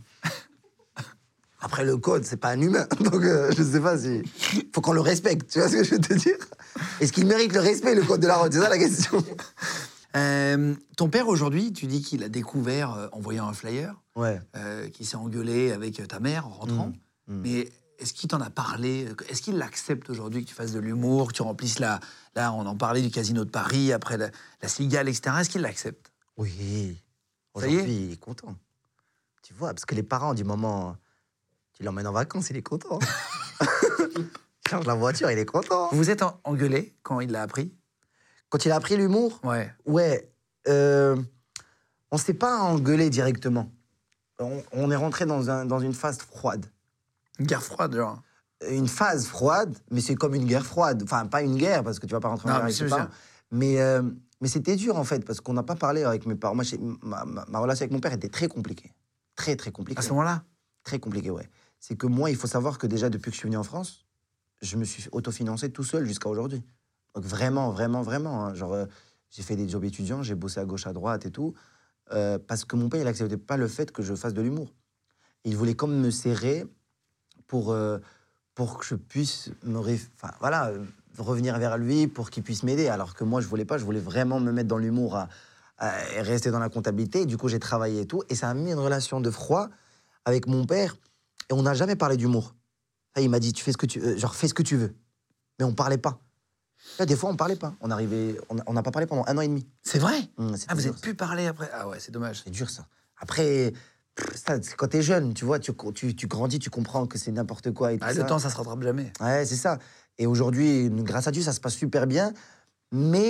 Après, le code, c'est pas un humain. Donc, euh, je sais pas si. Faut qu'on le respecte. Tu vois ce que je veux te dire? Est-ce qu'il mérite le respect, le code de la route? C'est ça la question. Euh, ton père, aujourd'hui, tu dis qu'il a découvert, euh, en voyant un flyer, Ouais. euh, qu'il s'est engueulé avec ta mère en rentrant. Mmh. Mmh. Mais est-ce qu'il t'en a parlé? Est-ce qu'il l'accepte aujourd'hui que tu fasses de l'humour, que tu remplisses la... Là, on en parlait du Casino de Paris, après la, la Cigale, et cetera. Est-ce qu'il l'accepte? Oui. Ça y est? Aujourd'hui, il est content. Tu vois, parce que les parents, du moment. Tu l'emmènes en vacances, il est content. Tu changes la voiture, il est content. Vous vous êtes en- engueulé quand il l'a appris? Quand il a appris l'humour, Ouais. ouais, euh, on s'est pas engueulé directement. On, on est rentré dans, un, dans une phase froide. Une guerre froide, genre. Une phase froide, mais c'est comme une guerre froide. Enfin, pas une guerre, parce que tu vas pas rentrer en Non, guerre mais avec c'est tes sûr. parents. Mais, euh, mais c'était dur, en fait, parce qu'on n'a pas parlé avec mes parents. Moi, j'ai- ma, ma- ma relation avec mon père était très compliquée. Très, très compliquée. À ce moment-là? Très compliqué, ouais. C'est que moi, il faut savoir que déjà, depuis que je suis venu en France, je me suis autofinancé tout seul jusqu'à aujourd'hui. Donc vraiment, vraiment, vraiment. hein. Genre, euh, j'ai fait des jobs étudiants, j'ai bossé à gauche, à droite et tout, euh, parce que mon père, il n'acceptait pas le fait que je fasse de l'humour. Il voulait comme me serrer pour, euh, pour que je puisse me... ré- Enfin, voilà, euh, revenir vers lui pour qu'il puisse m'aider. Alors que moi, je voulais pas, je voulais vraiment me mettre dans l'humour à, à- et rester dans la comptabilité. Et du coup, j'ai travaillé et tout. Et ça a mis une relation de froid avec mon père. Et on n'a jamais parlé d'humour. Ça, il m'a dit, tu fais ce que tu veux, genre, fais ce que tu veux. Mais on parlait pas. Là, des fois, on parlait pas. On arrivait, on on n'a pas parlé pendant un an et demi. C'est vrai? Hum, c'était Ah, vous dur, êtes ça. pu parler après? Ah ouais, c'est dommage. C'est dur, ça. Après, pff, ça, c'est quand t'es jeune, tu vois, tu, tu, tu grandis, tu comprends que c'est n'importe quoi et tout Ah, ça. le temps, ça se rattrape jamais. Ouais, c'est ça. Et aujourd'hui, grâce à Dieu, ça se passe super bien. Mais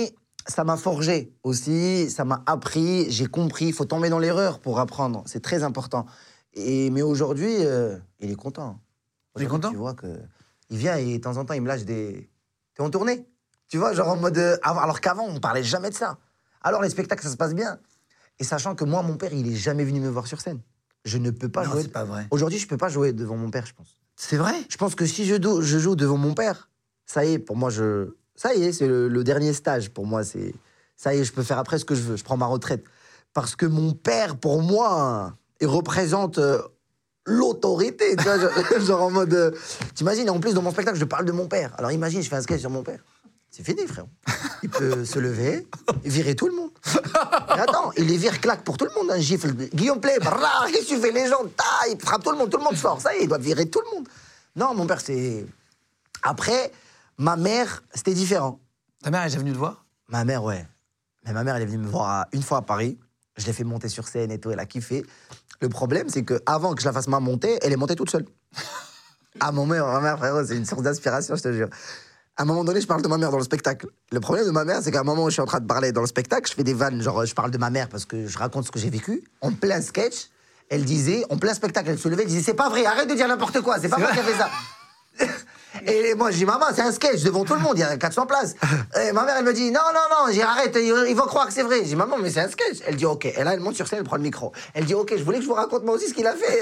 ça m'a forgé aussi, ça m'a appris, j'ai compris. Il faut tomber dans l'erreur pour apprendre. C'est très important. Et, mais aujourd'hui, euh, il est content. Il est content. Tu vois que il vient et de temps en temps, il me lâche des... T'es en tournée? Tu vois, genre en mode... euh, alors qu'avant, on parlait jamais de ça. Alors les spectacles, ça se passe bien. Et sachant que moi, mon père, il est jamais venu me voir sur scène. Je ne peux pas Non, jouer... c'est pas vrai. Aujourd'hui, je peux pas jouer devant mon père, je pense. C'est vrai? Je pense que si je, do- je joue devant mon père, ça y est, pour moi, je... Ça y est, c'est le, le dernier stage. Pour moi, c'est... Ça y est, je peux faire après ce que je veux. Je prends ma retraite. Parce que mon père, pour moi, il représente euh, l'autorité. Tu vois, genre, genre en mode... euh, T'imagines, et en plus, dans mon spectacle, je parle de mon père. Alors imagine, je fais un sketch sur mon père. C'est fini, frère. Il peut se lever et virer tout le monde. Mais attends, il les vire claque pour tout le monde, un gifle. Guillaume Play, brrr, qu'est-ce que tu fais, les gens? Ta, il frappe tout le monde, tout le monde sort. Ça y est, il doit virer tout le monde. Non, mon père, c'est... Après, ma mère, c'était différent. Ta mère est déjà venue te voir? Ma mère, ouais. Mais ma mère, elle est venue me voir à- une fois à Paris. Je l'ai fait monter sur scène et tout, elle a kiffé. Le problème, c'est qu'avant que je la fasse ma montée, elle est montée toute seule. Ah, mon mère, ma mère, frérot, c'est une source d'inspiration, je te jure. À un moment donné, je parle de ma mère dans le spectacle. Le problème de ma mère, c'est qu'à un moment où je suis en train de parler dans le spectacle, je fais des vannes, genre je parle de ma mère parce que je raconte ce que j'ai vécu. En plein sketch, elle disait, en plein spectacle, elle se levait, elle disait, c'est pas vrai, arrête de dire n'importe quoi, c'est pas moi qui a fait ça. Et moi, je dis, maman, c'est un sketch devant tout le monde, il y a quatre cents places. Et ma mère, elle me dit, non, non, non, j'ai arrête, ils vont croire que c'est vrai. Je dis, maman, mais c'est un sketch. Elle dit, ok. Et là, elle monte sur scène, elle prend le micro. Elle dit, ok, je voulais que je vous raconte moi aussi ce qu'il a fait.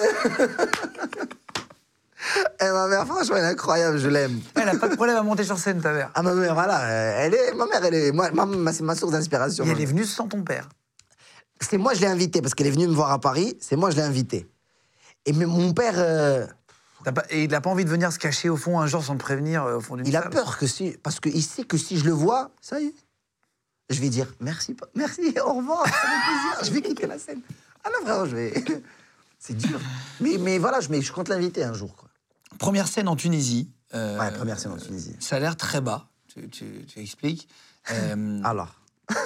Et ma mère, franchement, elle est incroyable, je l'aime. Elle n'a pas de problème à monter sur scène, ta mère. Ah, ma mère, voilà, elle est, ma mère, elle est, moi, ma- ma- c'est ma source d'inspiration. Et elle est venue sans ton père. C'est moi, je l'ai invitée, parce qu'elle est venue me voir à Paris, c'est moi, je l'ai invitée. Et mais mon père, euh, T'as pas- Et il n'a pas envie de venir se cacher au fond un jour sans te prévenir euh, au fond d'une il a salle. peur que si, parce qu'il sait que si je le vois, ça y est, je vais dire merci, pa- merci, au revoir, ça fait plaisir, je vais quitter la scène. Ah non, frère, je vais. C'est dur. Mais, mais voilà, je, mais je compte l'inviter un jour, quoi. Première scène en Tunisie. euh, Ouais, première scène en Tunisie. Ça a l'air très bas. Tu, tu- tu expliques. Euh, Alors.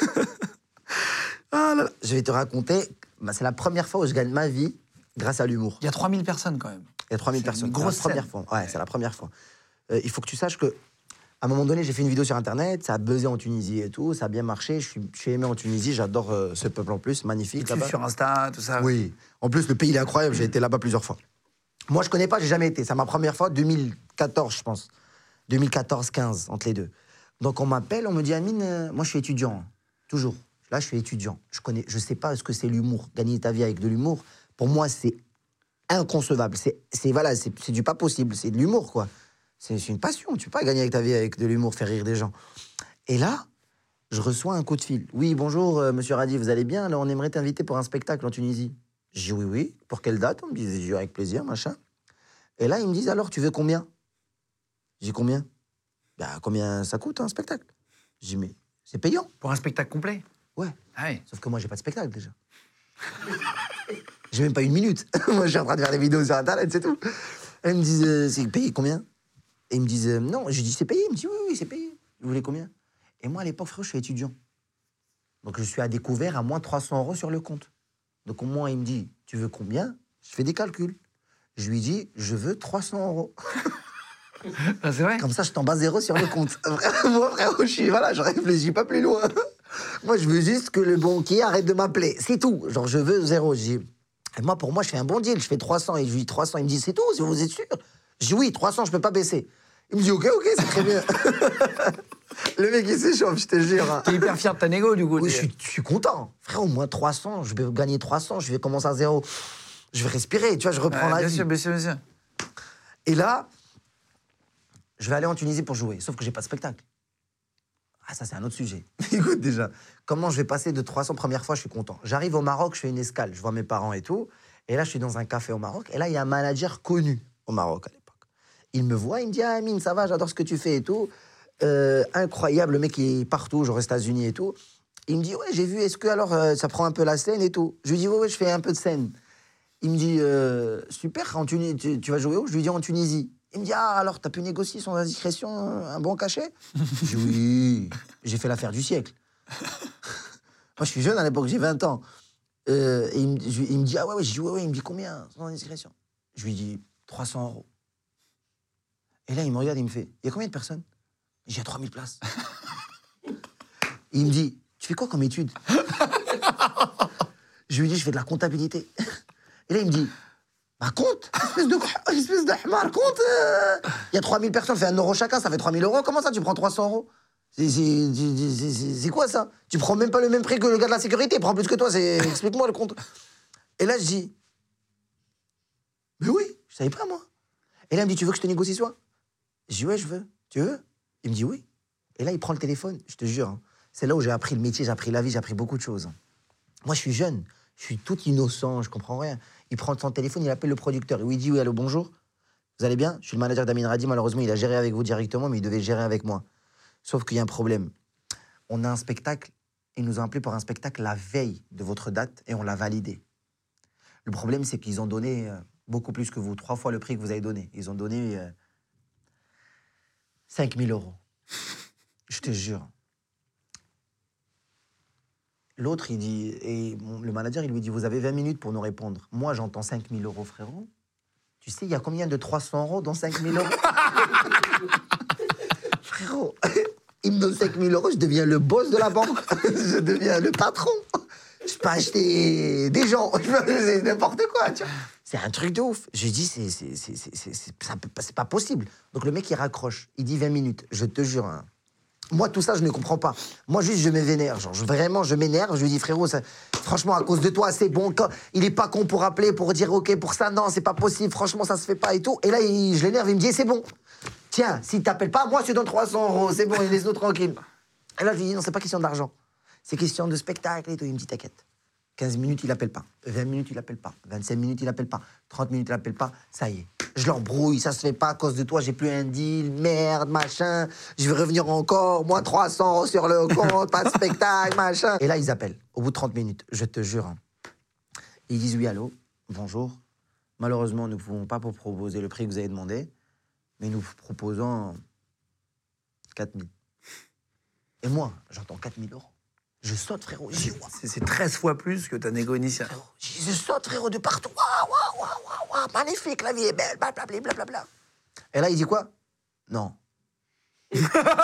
Ah là là. Je vais te raconter, bah, c'est la première fois où je gagne ma vie grâce à l'humour. Il y a trois mille personnes quand même. Il y a trois mille C'est personnes. une C'est grosse la première scène. fois. Ouais, c'est la première fois. Euh, il faut que tu saches que, à un moment donné, j'ai fait une vidéo sur Internet, ça a buzzé en Tunisie et tout, ça a bien marché. Je suis, je suis aimé en Tunisie, j'adore euh, ce peuple en plus, Et magnifique. tu là-bas. sur Insta, tout ça. Oui. En plus, le pays, il est incroyable. J'ai été là-bas plusieurs fois. Moi, je connais pas, j'ai jamais été. C'est ma première fois, deux mille quatorze, je pense. deux mille quatorze quinze, entre les deux. Donc, on m'appelle, on me dit, Amine, euh, moi, je suis étudiant. hein. Toujours. Là, je suis étudiant. Je connais, je sais pas ce que c'est l'humour. Gagner ta vie avec de l'humour, pour moi, c'est inconcevable. C'est, c'est, voilà, c'est, c'est du pas possible. C'est de l'humour, quoi. C'est, c'est une passion. Tu peux pas gagner avec ta vie avec de l'humour, faire rire des gens. Et là, je reçois un coup de fil. Oui, bonjour, euh, monsieur Radi, vous allez bien? Là, on aimerait t'inviter pour un spectacle en Tunisie. J'ai dit oui, oui. Pour quelle date? On me disait, j'ai dit, avec plaisir, machin. Et là, ils me disent, alors, tu veux combien? J'ai dit, combien? Bah, combien ça coûte, un spectacle? J'ai dit, mais c'est payant. Pour un spectacle complet. Ouais. Ah oui. Sauf que moi, j'ai pas de spectacle, déjà. J'ai même pas une minute. Moi, je suis en train de faire des vidéos sur Internet, c'est tout. Elles me disent, euh, c'est payé combien? Et ils me disent, euh, non. Je dis, c'est payé. Ils me disent, oui, oui, c'est payé. Vous voulez combien? Et moi, à l'époque, frère, je suis étudiant. Donc, je suis à découvert à moins trois cents euros sur le compte. Donc, au moins, il me dit, tu veux combien? Je fais des calculs. Je lui dis, je veux trois cents euros. Ah, c'est vrai. Comme ça, je tombe à zéro sur le compte. Moi, frère, je suis, voilà, je réfléchis pas plus loin. Moi, je veux juste que le banquier arrête de m'appeler. C'est tout. Genre, je veux zéro. Je dis, et moi, pour moi, je fais un bon deal. Je fais trois cents. Et je lui dis trois cents. Il me dit, c'est tout, si vous êtes sûr? Je dis, oui, trois cents, je peux pas baisser. Il me dit, ok, ok, c'est très bien. Le mec, il s'échauffe, je te jure. hein. T'es hyper fier de ta négo, du coup. Oui, t'es- je suis, je suis content. Frère, au moins trois cents, je vais gagner trois cents, je vais commencer à zéro. Je vais respirer, tu vois, je reprends Ouais, la bien vie. sûr, bien sûr, bien sûr. Et là, je vais aller en Tunisie pour jouer, sauf que j'ai pas de spectacle. Ah, ça, c'est un autre sujet. Écoute, déjà, comment je vais passer de trois cents première fois, je suis content. J'arrive au Maroc, je fais une escale, je vois mes parents et tout. Et là, je suis dans un café au Maroc. Et là, il y a un manager connu au Maroc à l'époque. Il me voit, il me dit, ah, Amine, ça va, j'adore ce que tu fais et tout. Euh, incroyable, le mec, il est partout, genre aux États-Unis et tout. Il me dit, ouais, j'ai vu, est-ce que alors euh, ça prend un peu la scène et tout? Je lui dis, ouais, ouais, je fais un peu de scène. Il me dit, euh, super, en Tunisie, tu, tu vas jouer où? Je lui dis, en Tunisie. Il me dit, ah, alors, t'as pu négocier sans indiscrétion un bon cachet? Je dis, oui, j'ai fait l'affaire du siècle. Moi, je suis jeune à l'époque, j'ai vingt ans. Euh, et il me, je- il me dit, ah ouais, ouais, je dis, ouais, ouais, il me dit, combien, sans indiscrétion? Je lui dis, trois cents euros. Et là, il me regarde, il me fait, il y a combien de personnes? J'ai trois mille places. Il me dit, tu fais quoi comme étude? Je lui dis, je fais de la comptabilité. Et là, il me dit, bah compte, espèce de, espèce de hamar, compte. Il euh, y a trois mille personnes, fait un euro chacun, ça fait trois mille euros. Comment ça, tu prends trois cents euros? C'est quoi ça? Tu prends même pas le même prix que le gars de la sécurité, il prend plus que toi, explique-moi le compte. Et là, je dis, mais oui, je savais pas, moi. Et là, il me dit, tu veux que je te négocie soit? Je dis, ouais, je veux. Tu veux? Il me dit, oui. Et là, il prend le téléphone, je te jure. Hein, c'est là où j'ai appris le métier, j'ai appris la vie, j'ai appris beaucoup de choses. Moi, je suis jeune, je suis tout innocent, je comprends rien. Il prend son téléphone, il appelle le producteur. Et il dit, oui, allô, bonjour. Vous allez bien? Je suis le manager d'Amin Radi. Malheureusement, il a géré avec vous directement, mais il devait gérer avec moi. Sauf qu'il y a un problème. On a un spectacle, ils nous ont appelé pour un spectacle la veille de votre date et on l'a validé. Le problème, c'est qu'ils ont donné euh, beaucoup plus que vous, trois fois le prix que vous avez donné. Ils ont donné euh, cinq mille euros. Je te jure. L'autre, il dit, et mon, le manager, il lui dit, vous avez vingt minutes pour nous répondre. Moi, j'entends cinq mille euros, frérot. Tu sais, il y a combien de trois cents euros dans cinq mille euros? Frérot, il me donne cinq mille euros, je deviens le boss de la banque. Je deviens le patron. Je peux acheter des gens. C'est n'importe quoi, tu vois. C'est un truc de ouf. Je dis, c'est, c'est, c'est, c'est, c'est, c'est pas possible. Donc le mec, il raccroche. Il dit vingt minutes. Je te jure. Hein. Moi, tout ça, je ne comprends pas. Moi, juste, je me vénère. Genre, je, vraiment, je m'énerve. Je lui dis, frérot, ça, franchement, à cause de toi, c'est bon. Quand, il est pas con pour appeler, pour dire, OK, pour ça, non, c'est pas possible. Franchement, ça se fait pas et tout. Et là, il, je l'énerve. Il me dit, c'est bon. Tiens, s'il t'appelle pas, moi, je te donne trois cents euros. C'est bon, laisse-nous tranquille. Et là, je lui dis, non, c'est pas question d'argent. C'est question de spectacle et tout. Il me dit, t'inquiète. quinze minutes, il appelle pas. vingt minutes, il appelle pas. vingt-cinq minutes, il appelle pas. trente minutes, il appelle pas. Ça y est. Je l'embrouille, ça se fait pas à cause de toi, j'ai plus un deal, merde, machin. Je vais revenir encore, moi, trois cents euros sur le compte, pas de spectacle, machin. Et là, ils appellent, au bout de trente minutes, je te jure. Hein. Ils disent, oui, allô, bonjour. Malheureusement, nous ne pouvons pas vous proposer le prix que vous avez demandé, mais nous vous proposons quatre mille. Et moi, j'entends quatre mille euros. Je saute, frérot. C'est treize fois plus que ta négo initiale. Je saute, frérot, de partout. Waouh, waouh, waouh, waouh, magnifique, la vie est belle, blablabla, blablabla. Et là, il dit quoi? Non. je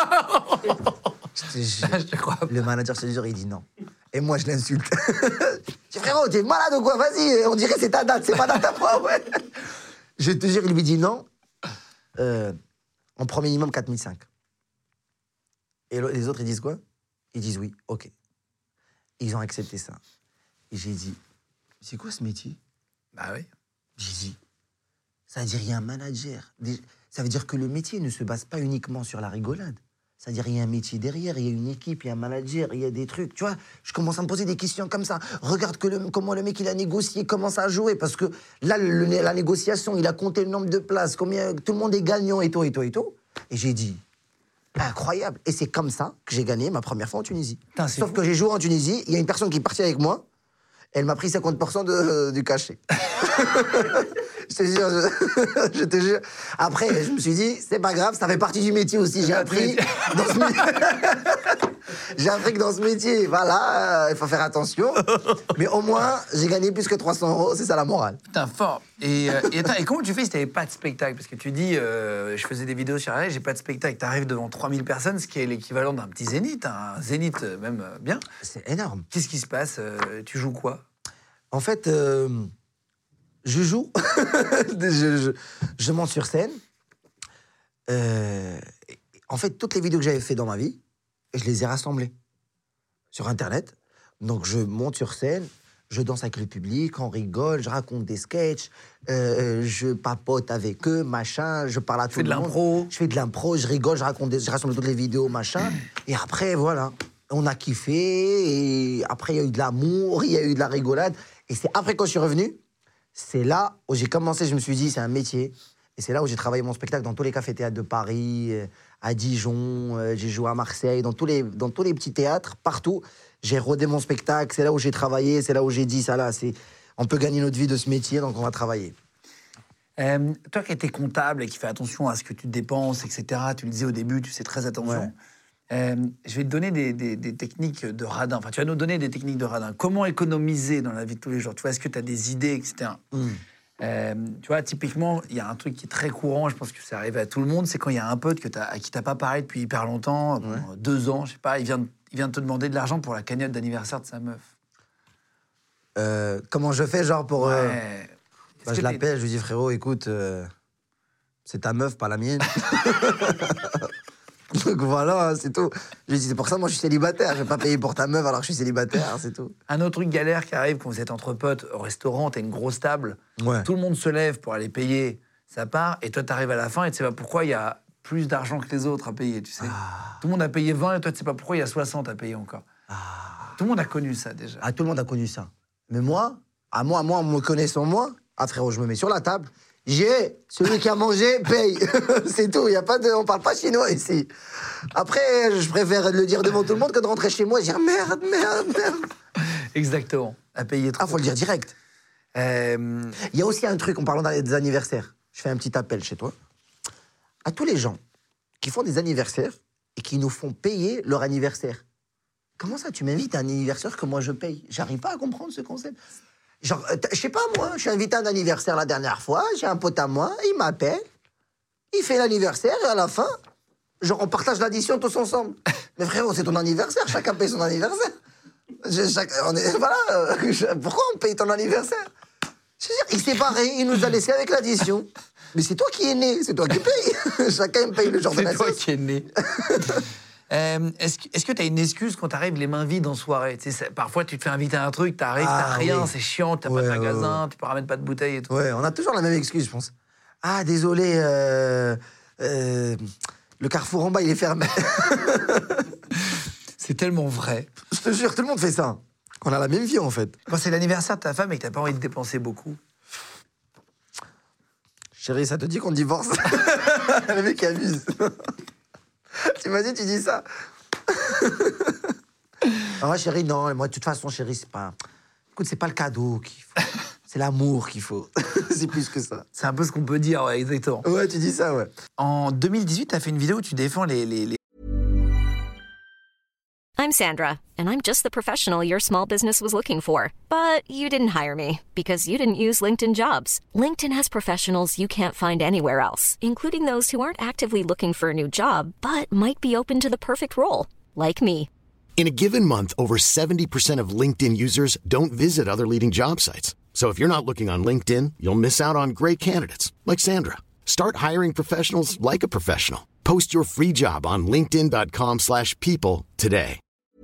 te jure, je te crois. Le manager, je te jure, il dit non. Et moi, je l'insulte. Je dis, frérot, t'es malade ou quoi? Vas-y, on dirait que c'est ta date, c'est pas date à moi, ouais. Je te jure, il lui dit non. Euh, on prend minimum quatre mille cinq. Et les autres, ils disent quoi? Ils disent oui, OK. Ils ont accepté ça. Et j'ai dit, c'est quoi ce métier? Bah oui. J'ai dit, ça veut dire qu'il y a un manager. Ça veut dire que le métier ne se base pas uniquement sur la rigolade. Ça veut dire qu'il y a un métier derrière, il y a une équipe, il y a un manager, il y a des trucs. Tu vois, je commence à me poser des questions comme ça. Regarde que le, comment le mec, il a négocié, commence à jouer. Parce que là, le, la négociation, il a compté le nombre de places, combien, tout le monde est gagnant et tout, et tout, et tout. Et j'ai dit, incroyable. Et c'est comme ça que j'ai gagné ma première fois en Tunisie. Putain, Sauf fou. que j'ai joué en Tunisie, il y a une personne qui est partie avec moi, elle m'a pris cinquante pour cent de, euh, du cachet. Je te jure, je, je te jure. Après, je me suis dit, c'est pas grave, ça fait partie du métier aussi. J'ai appris dans ce métier. J'ai appris que dans ce métier, voilà, euh, il faut faire attention. Mais au moins, j'ai gagné plus que trois cents euros, c'est ça la morale. Putain, fort. Et, euh, et, attends, et comment tu fais si t'avais pas de spectacle? Parce que tu dis, euh, je faisais des vidéos sur Internet, j'ai pas de spectacle. T'arrives devant trois mille personnes, ce qui est l'équivalent d'un petit zénith, un zénith même euh, bien. C'est énorme. Qu'est-ce qui se passe? euh, Tu joues quoi? En fait, euh, je joue, je, je, je monte sur scène. Euh, en fait, toutes les vidéos que j'avais fait dans ma vie, je les ai rassemblées sur Internet. Donc, je monte sur scène, je danse avec le public, on rigole, je raconte des sketchs, euh, je papote avec eux, machin, je parle à tout le monde. Tu fais de l'impro? Je fais de l'impro, je rigole, je raconte des, je rassemble toutes les vidéos, machin. Et après, voilà, on a kiffé, et après, il y a eu de l'amour, il y a eu de la rigolade. Et c'est après, quand je suis revenu, c'est là où j'ai commencé, je me suis dit, c'est un métier. Et c'est là où j'ai travaillé mon spectacle dans tous les cafés-théâtres de Paris, à Dijon, j'ai joué à Marseille, dans tous les, dans tous les petits théâtres, partout. J'ai rodé mon spectacle, c'est là où j'ai travaillé, c'est là où j'ai dit, ça là, c'est, on peut gagner notre vie de ce métier, donc on va travailler. Euh, toi qui étais comptable et qui fais attention à ce que tu dépenses, et cetera, tu le disais au début, tu fais très attention. Ouais. Euh, je vais te donner des, des, des techniques de radin. Enfin, tu vas nous donner des techniques de radin. Comment économiser dans la vie de tous les jours? Tu vois, est-ce que tu as des idées, et cetera. Mm. Euh, tu vois, typiquement, il y a un truc qui est très courant, je pense que ça arrive à tout le monde, c'est quand il y a un pote que t'as, à qui tu n'as pas parlé depuis hyper longtemps, ouais. deux ans, je sais pas, il vient, il vient de te demander de l'argent pour la cagnotte d'anniversaire de sa meuf. Euh, comment je fais, genre, pour... euh, Ouais. bah, je l'appelle, je lui dis, frérot, écoute, euh, c'est ta meuf, pas la mienne. Donc voilà, hein, c'est tout. Je lui dis, c'est pour ça, moi, je suis célibataire. Je vais pas payer pour ta meuf alors que je suis célibataire, c'est tout. Un autre truc galère qui arrive quand vous êtes entre potes au restaurant, t'as une grosse table, Ouais. tout le monde se lève pour aller payer sa part, et toi, t'arrives à la fin et tu sais pas pourquoi il y a plus d'argent que les autres à payer, tu sais. Ah. Tout le monde a payé vingt et toi, tu sais pas pourquoi il y a soixante à payer encore. Ah. Tout le monde a connu ça déjà. Ah, tout le monde a connu ça. Mais moi, à moi, moi, me connaissant moi, ah frérot, je me mets sur la table, j'ai celui qui a mangé paye. C'est tout, y a pas de, on parle pas chinois ici. Après, je préfère le dire devant tout le monde que de rentrer chez moi et dire merde, merde, merde. Exactement, à payer trop. Ah, faut le dire direct. Euh, Il y a aussi un truc, en parlant des anniversaires. Je fais un petit appel chez toi. À tous les gens qui font des anniversaires et qui nous font payer leur anniversaire. Comment ça, tu m'invites à un anniversaire que moi je paye? J'arrive pas à comprendre ce concept. Genre, euh, je sais pas moi, je suis invité à un anniversaire la dernière fois, j'ai un pote à moi, il m'appelle, il fait l'anniversaire et à la fin, genre on partage l'addition tous ensemble. Mais frérot, c'est ton anniversaire, chacun paye son anniversaire. Je, chaque, on est, voilà, euh, je, pourquoi on paye ton anniversaire? Je veux dire, il s'est barré, il nous a laissé avec l'addition. Mais c'est toi qui es né, c'est toi qui payes. Chacun paye le genre de c'est toi naissance. qui es né. Euh, est-ce que est-ce que t'as une excuse quand t'arrives les mains vides en soirée? Tu sais, parfois, tu te fais inviter à un truc, t'arrives, Ah, t'as rien, oui. c'est chiant, t'as Ouais, pas de ouais, magasin, ouais. tu peux ramener pas de bouteilles et tout. Ouais, on a toujours la même excuse, je pense. Ah, désolé, euh, euh, le carrefour en bas, il est fermé. C'est tellement vrai. Je te jure, tout le monde fait ça. On a la même vie, en fait. Quand c'est l'anniversaire de ta femme et que t'as pas envie de dépenser beaucoup, Chérie, ça te dit qu'on divorce? Le mec qui abuse. T'imagines, tu dis ça? Ah ouais, chérie, non. Moi, de toute façon, chérie, c'est pas... Écoute, c'est pas le cadeau qu'il faut. C'est l'amour qu'il faut. C'est plus que ça. c'est un peu ce qu'on peut dire, ouais, exactement. Ouais, tu dis ça, ouais. En deux mille dix-huit, t'as fait une vidéo où tu défends les, les, les... I'm Sandra, and I'm just the professional your small business was looking for. But you didn't hire me because you didn't use LinkedIn Jobs. LinkedIn has professionals you can't find anywhere else, including those who aren't actively looking for a new job, but might be open to the perfect role, like me. In a given month, over seventy percent of LinkedIn users don't visit other leading job sites. So if you're not looking on LinkedIn, you'll miss out on great candidates like Sandra. Start hiring professionals like a professional. Post your free job on linkedin dot com slash people today.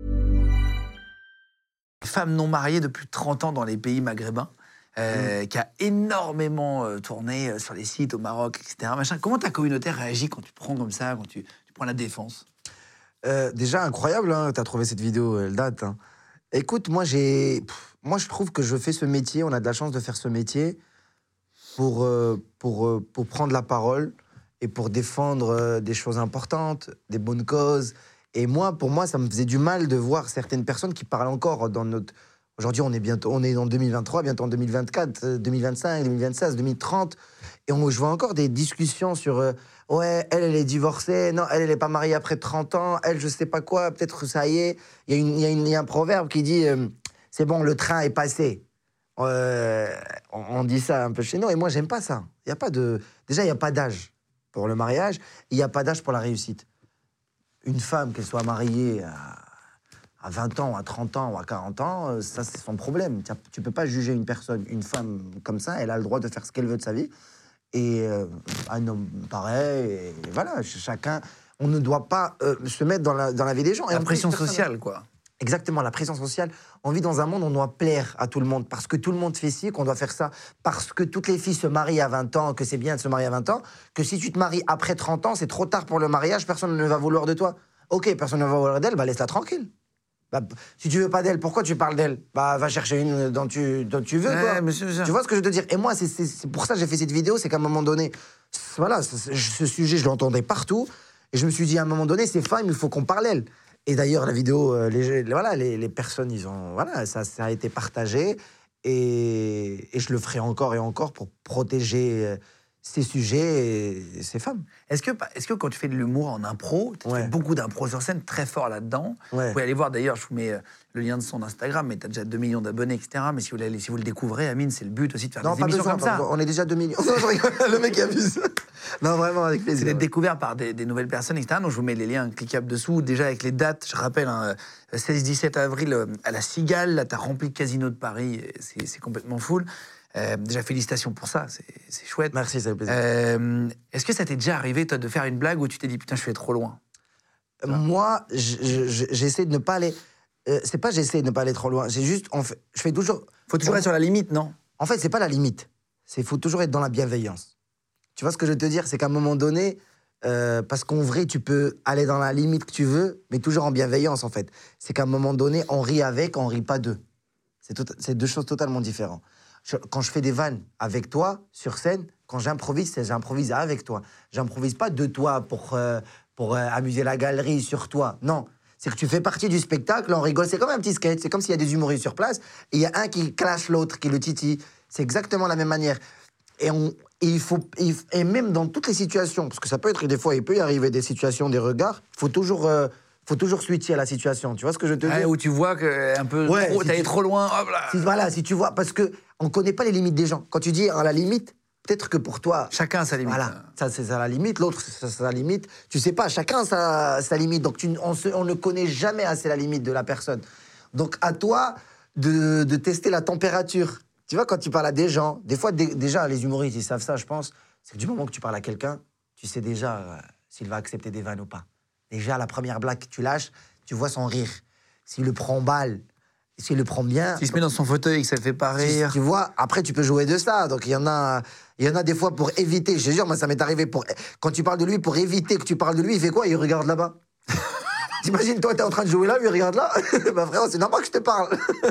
Femme non mariée de plus de trente ans dans les pays maghrébins, euh, mmh. qui a énormément euh, tourné sur les sites au Maroc, et cetera. Machin. Comment ta communauté réagit quand tu prends comme ça, quand tu, tu prends la défense? Euh, déjà, incroyable, hein, t'as trouvé cette vidéo, elle date. Hein. Écoute, moi, j'ai... Pff, moi, je trouve que je fais ce métier, on a de la chance de faire ce métier pour, euh, pour, euh, pour prendre la parole et pour défendre euh, des choses importantes, des bonnes causes. Et moi, pour moi, ça me faisait du mal de voir certaines personnes qui parlent encore dans notre... Aujourd'hui, on est bientôt, on est en deux mille vingt-trois, bientôt en deux mille vingt-quatre, deux mille vingt-cinq, deux mille vingt-six, deux mille trente. Et on, je vois encore des discussions sur... Euh, ouais, elle, elle est divorcée. Non, elle, elle n'est pas mariée après trente ans. Elle, je sais pas quoi. Peut-être ça y est. Il y, y, y a un proverbe qui dit euh, c'est bon, le train est passé. Euh, on, on dit ça un peu chez nous. Et moi, j'aime pas ça. Il y a pas de... Déjà, il n'y a pas d'âge pour le mariage. Il n'y a pas d'âge pour la réussite. Une femme, qu'elle soit mariée à, à vingt ans, à trente ans ou à quarante ans, ça, c'est son problème. Tu ne peux pas juger une personne, une femme comme ça. Elle a le droit de faire ce qu'elle veut de sa vie. Et euh, un homme pareil, et voilà, chacun... On ne doit pas euh, se mettre dans la, dans la vie des gens. La et pression plus, sociale, quoi. Exactement, la pression sociale. On vit dans un monde où on doit plaire à tout le monde, parce que tout le monde fait ci, qu'on doit faire ça, parce que toutes les filles se marient à vingt ans, que c'est bien de se marier à vingt ans, que si tu te maries après trente ans, c'est trop tard pour le mariage, personne ne va vouloir de toi. Ok, personne ne va vouloir d'elle, bah laisse-la tranquille. Bah, si tu veux pas d'elle, pourquoi tu parles d'elle? Bah va chercher une dont tu, dont tu veux, ouais, quoi. Monsieur, monsieur. Tu vois ce que je veux te dire? Et moi, c'est, c'est, c'est pour ça que j'ai fait cette vidéo, c'est qu'à un moment donné, voilà, ce, ce sujet, je l'entendais partout, et je me suis dit, à un moment donné, ces femmes, il faut qu'on parle d'elles. Et d'ailleurs, la vidéo, euh, les, voilà, les, les personnes, ils ont, voilà, ça, ça a été partagé, et, et je le ferai encore et encore pour protéger euh, ces sujets et ces femmes. Est-ce que, est-ce que quand tu fais de l'humour en impro, tu Ouais. fais beaucoup d'impro sur scène, très fort là-dedans. Ouais. Vous pouvez aller voir, d'ailleurs, je vous mets euh, le lien de son Instagram, mais tu as déjà deux millions d'abonnés, et cetera. Mais si vous, l'allez- si vous le découvrez, Amine, c'est le but aussi de faire Non, des pas émissions besoin, comme pas ça. besoin. On est déjà deux millions. Non, je rigole, le mec abuse. Non, vraiment, avec C'est plaisir. d'être découvert par des, des nouvelles personnes, et cetera. Donc, je vous mets les liens cliquables dessous. Déjà, avec les dates, je rappelle, hein, seize dix-sept avril euh, à la Cigale. Là, tu as rempli le casino de Paris. et C'est, c'est complètement full. Euh, déjà, félicitations pour ça. C'est, c'est chouette. Merci, ça fait plaisir. Euh, est-ce que ça t'est déjà arrivé, toi, de faire une blague où tu t'es dit, putain, je suis trop loin? Moi, je- je- j'essaie de ne pas aller... euh, c'est pas j'essaie de ne pas aller trop loin. C'est juste, on fait, je fais toujours... Faut toujours être sur la limite, non? En fait, c'est pas la limite. C'est faut toujours être dans la bienveillance. Tu vois ce que je veux te dire? C'est qu'à un moment donné, euh, parce qu'en vrai, tu peux aller dans la limite que tu veux, mais toujours en bienveillance, en fait. C'est qu'à un moment donné, on rit avec, on rit pas d'eux. C'est tout- c'est deux choses totalement différentes. Je- quand je fais des vannes avec toi, sur scène, quand j'improvise, c'est j'improvise avec toi. J'improvise pas de toi pour, euh, pour euh, amuser la galerie sur toi. Non. C'est que tu fais partie du spectacle, on rigole. C'est comme un petit sketch. C'est comme s'il y a des humoristes sur place et il y a un qui clash l'autre, qui le titille. C'est exactement la même manière. Et, on, et, il faut, et, et même dans toutes les situations, parce que ça peut être des fois, il peut y arriver des situations, des regards, il faut toujours, euh, faut toujours switcher à la situation. Tu vois ce que je te dis? Ouais, où tu vois que un peu Ouais, trop, si t'es allé tu- trop loin, hop là. Si, voilà, si tu vois, parce que on connaît pas les limites des gens. Quand tu dis à la limite, peut-être que pour toi, Chacun a sa limite. voilà, ça c'est ça la limite, l'autre c'est ça, sa limite. Tu sais pas, chacun a sa, sa limite. Donc tu, on, se- on ne connaît jamais assez la limite de la personne. Donc à toi de, de tester la température. Tu vois, quand tu parles à des gens, des fois, dé- déjà, les humoristes, ils savent ça, je pense. C'est que du moment que tu parles à quelqu'un, tu sais déjà euh, s'il va accepter des vannes ou pas. Déjà, la première blague que tu lâches, tu vois son rire. S'il le prend balle, s'il le prend bien. S'il se met dans son fauteuil et que ça le fait pas Tu, rire. tu vois, après, tu peux jouer de ça. Donc, il y en a, il y en a des fois pour éviter. Je te jure, moi, ça m'est arrivé pour. Quand tu parles de lui, pour éviter que tu parles de lui, il fait quoi? Il regarde là-bas. T'imagines, toi, t'es en train de jouer là, lui, il regarde là. Bah, frérot, c'est normal que je te parle.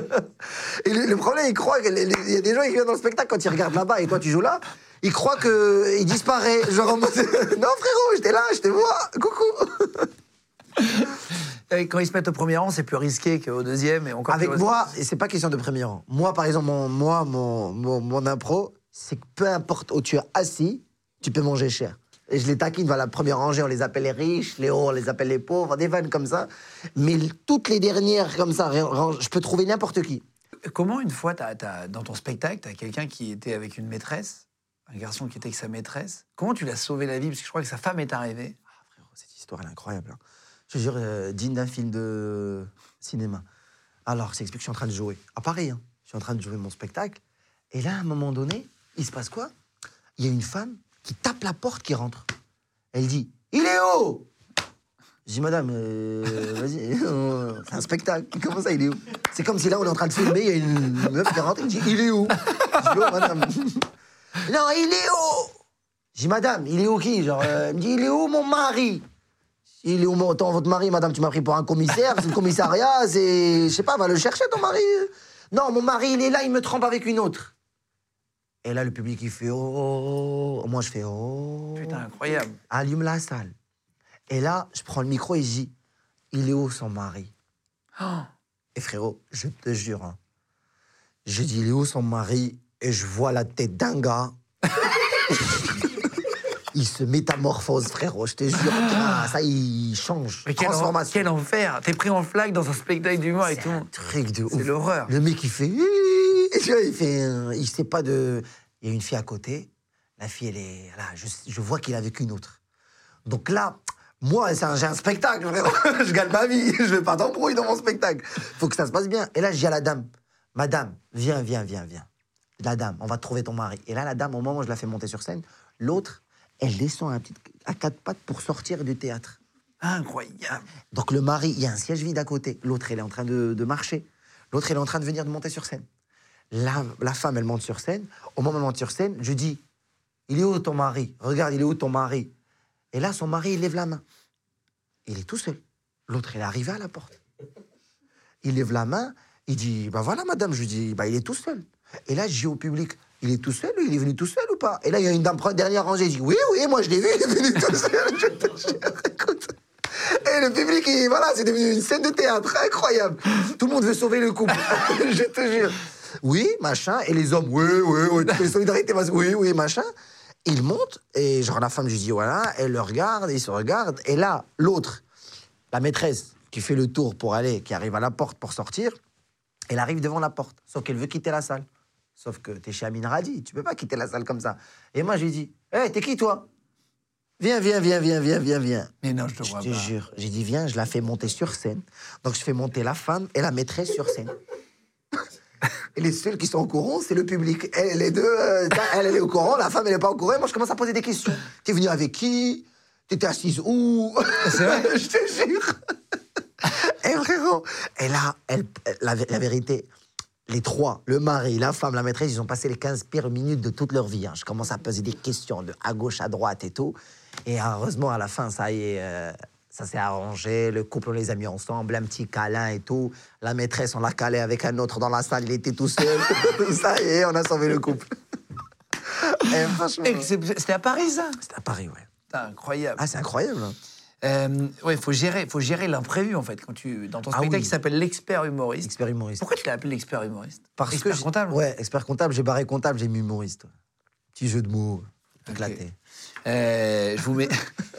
Et le, le problème, il croit qu'il y a des gens qui viennent dans le spectacle quand ils regardent là-bas et toi, tu joues là. Ils croient qu'il disparaît. Genre en mode. Non, frérot, j'étais là, je te vois. Coucou. Et quand ils se mettent au premier rang, c'est plus risqué qu'au deuxième. Et encore Avec plus- moi, et c'est pas question de premier rang. Moi, par exemple, mon, moi, mon, mon, mon impro, c'est que peu importe où tu es assis, tu peux manger cher. Et je les taquine dans la première rangée, on les appelle les riches, les hauts, on les appelle les pauvres, des vannes comme ça. Mais l- toutes les dernières comme ça, rang- je peux trouver n'importe qui. Comment, une fois, t'as, t'as- dans ton spectacle, t'as quelqu'un qui était avec une maîtresse, un garçon qui était avec sa maîtresse. Comment tu l'as sauvé la vie? Parce que je crois que sa femme est arrivée. Ah, frérot, cette histoire, elle est incroyable. hein. Je te jure, euh, digne d'un film de cinéma. Alors, c'est explique que je suis en train de jouer. À Paris, hein. Je suis en train de jouer mon spectacle. Et là, à un moment donné, il se passe quoi? Il y a une femme qui tape la porte, qui rentre. Elle dit « Il est où ?» Je dis « Madame, euh, vas-y, euh, c'est un spectacle. Comment ça, il est où ?» C'est comme si là, on est en train de filmer, il y a une meuf qui rentre, elle dit « Il est où ?» Je dis « Oh, madame. » Non, il est où? Je dis « Madame, il est où qui ?» Genre, euh, elle me dit « Il est où mon mari ?» Il est où mon, ton, votre mari, madame? Tu m'as pris pour un commissaire, c'est le commissariat, c'est... Je sais pas, va le chercher, ton mari. Non, mon mari, il est là, il me trompe avec une autre. Et là, le public, il fait oh. Moi, je fais oh. Putain, incroyable. Allume la salle. Et là, je prends le micro et je dis il est où son mari? Oh. Et frérot, je te jure, hein, je dis il est où son mari? Et je vois la tête d'un gars. Il se métamorphose, frérot, je te jure. Ah, ça, il change. Mais quel, en- Transformation. quel enfer. T'es pris en flaque dans un spectacle d'humour et C'est tout. un truc de ouf. C'est l'horreur. Le mec, il fait... Et tu vois, il fait... euh, Il sait pas de... Il y a une fille à côté. La fille, elle est... Là, je, je vois qu'il a vécu une autre. Donc là, moi, c'est un- j'ai un spectacle, frérot. Je gagne ma vie. Je veux pas d'embrouille dans mon spectacle. Faut que ça se passe bien. Et là, je dis à la dame, madame, viens, viens, viens, viens. La dame, on va te trouver ton mari. Et là, la dame, au moment où je la fais monter sur scène, l'autre, elle descend à, petite- à quatre pattes pour sortir du théâtre. Incroyable. Donc le mari, il y a un siège vide à côté. L'autre, elle est en train de, de marcher. L'autre, elle est en train de venir de monter sur scène. La, la femme, elle monte sur scène. Au moment où elle monte sur scène, je dis, il est où ton mari? Regarde, il est où ton mari? Et là, son mari, il lève la main. Il est tout seul. L'autre, elle est arrivée à la porte. Il lève la main, il dit, bah voilà, madame. Je lui dis, bah il est tout seul. Et là, je dis au public, il est tout seul ou il est venu tout seul ou pas? Et là, il y a une dame dernière rangée, je dis, oui, oui, moi je l'ai vu, il est venu tout seul. Je te jure, écoute. Et le public, il- voilà, c'est devenu une scène de théâtre incroyable. Tout le monde veut sauver le couple. Je te jure. Oui, machin. Et les hommes, oui, oui, oui. Toutes les solidarités, oui, oui, machin. Il monte, et genre la femme, je lui dis, voilà, elle le regarde, il se regarde, et là, l'autre, la maîtresse, qui fait le tour pour aller, qui arrive à la porte pour sortir, elle arrive devant la porte, sauf qu'elle veut quitter la salle. Sauf que t'es chez Amin Radi, tu peux pas quitter la salle comme ça. Et moi, je lui dis, hé, hey, t'es qui, toi? Viens, viens, viens, viens, viens, viens, viens. Mais non, je te vois pas. Je te jure. J'ai dit, viens, je la fais monter sur scène. Donc, je fais monter la femme et la maîtresse sur scène. Et les seuls qui sont au courant, c'est le public. Et les deux, euh, elle, elle est au courant, la femme, elle n'est pas au courant. Et moi, je commence à poser des questions. T'es venu avec qui? T'étais assise où? C'est vrai? Je te jure. Et frérot, et là, elle, la, la vérité, les trois, le mari, la femme, la maîtresse, ils ont passé les quinze pires minutes de toute leur vie. Hein. Je commence à poser des questions de à gauche, à droite et tout. Et heureusement, à la fin, ça y est, euh, ça s'est arrangé. Le couple, on les a mis ensemble, un petit câlin et tout. La maîtresse, on l'a calé avec un autre dans la salle, il était tout seul. Ça y est, on a sauvé le couple. Et franchement... Et c'est- C'était à Paris, ça? C'était à Paris, ouais. Putain, incroyable. Ah, c'est incroyable. Hein. Euh, ouais, faut gérer, faut gérer l'imprévu, en fait, quand tu, dans ton Ah spectacle oui. qui s'appelle L'expert humoriste. Expert humoriste. Pourquoi tu l'as appelé l'expert humoriste? Parce expert que j'ai- comptable? Ouais, expert comptable, j'ai barré comptable, j'ai mis humoriste. Petit jeu de mots, éclaté. Ok. Euh, je vous mets...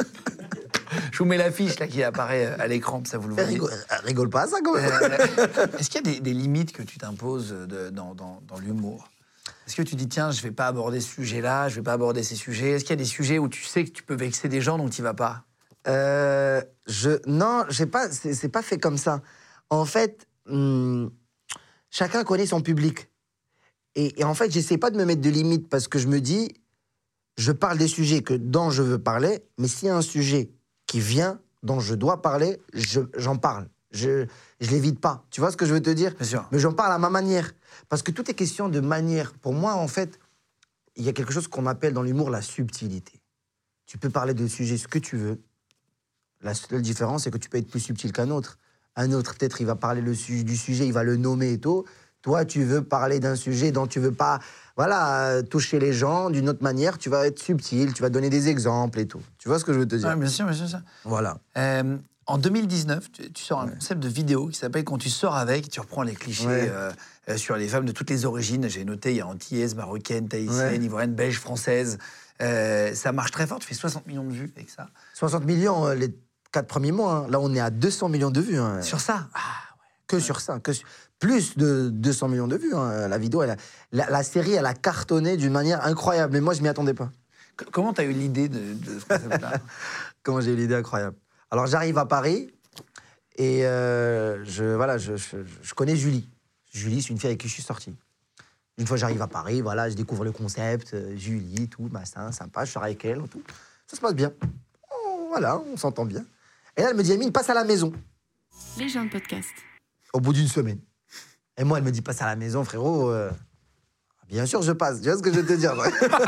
je vous mets l'affiche, là, qui apparaît à l'écran, ça vous le Eh, voyez. rigole, rigole pas à ça, quand même. Euh, Est-ce qu'il y a des, des limites que tu t'imposes de- dans, dans- dans l'humour? Est-ce que tu dis, tiens, je vais pas aborder ce sujet-là, je vais pas aborder ces sujets? Est-ce qu'il y a des sujets où tu sais que tu peux vexer des gens, donc tu vas pas? Euh, je, non, j'ai pas, c'est, c'est pas fait comme ça. En fait, hum, chacun connaît son public. Et, et en fait, j'essaie pas de me mettre de limites parce que je me dis, je parle des sujets que, dont je veux parler, mais s'il y a un sujet qui vient, dont je dois parler, je, j'en parle. Je, je l'évite pas. Tu vois ce que je veux te dire? Bien sûr. Mais j'en parle à ma manière. Parce que tout est question de manière. Pour moi, en fait, il y a quelque chose qu'on appelle dans l'humour la subtilité. Tu peux parler de sujets ce que tu veux. La seule différence, c'est que tu peux être plus subtil qu'un autre. Un autre, peut-être, il va parler le su- du sujet, il va le nommer et tout. Toi, tu veux parler d'un sujet dont tu veux pas, voilà, euh, toucher les gens d'une autre manière. Tu vas être subtil, tu vas donner des exemples et tout. Tu vois ce que je veux te dire? Ouais, bien sûr, bien sûr. bien sûr. Voilà. Euh, en deux mille dix-neuf, tu, tu sors un concept de vidéo qui s'appelle Quand tu sors avec, tu reprends les clichés Ouais. euh, euh, sur les femmes de toutes les origines. J'ai noté, il y a antillaise, marocaine, tahitienne, Ouais. ivoirienne, belge, française. Euh, ça marche très fort, tu fais soixante millions de vues avec ça. soixante millions euh, les quatre premiers mois. Hein. Là, on est à deux cents millions de vues. Hein. Sur ça? Que sur ça. Que sur- Plus de deux cents millions de vues. Hein. La vidéo, elle a- la, la série, elle a cartonné d'une manière incroyable. Mais moi, je m'y attendais pas. C- Comment tu as eu l'idée de, de ce concept-là? Comment j'ai eu l'idée incroyable. Alors, j'arrive à Paris et euh, je, voilà, je, je, je connais Julie. Julie, c'est une fille avec qui je suis sorti. Une fois, j'arrive à Paris, voilà, je découvre le concept, euh, Julie, tout, machin, sympa, je sors avec elle, tout. Ça se passe bien. Oh, voilà, on s'entend bien. Et là, elle me dit, Amine, passe à la maison. Les gens de podcast. Au bout d'une semaine. Et moi, elle me dit, passe à la maison, frérot. euh, Bien sûr, je passe. Tu vois ce que je veux te dire?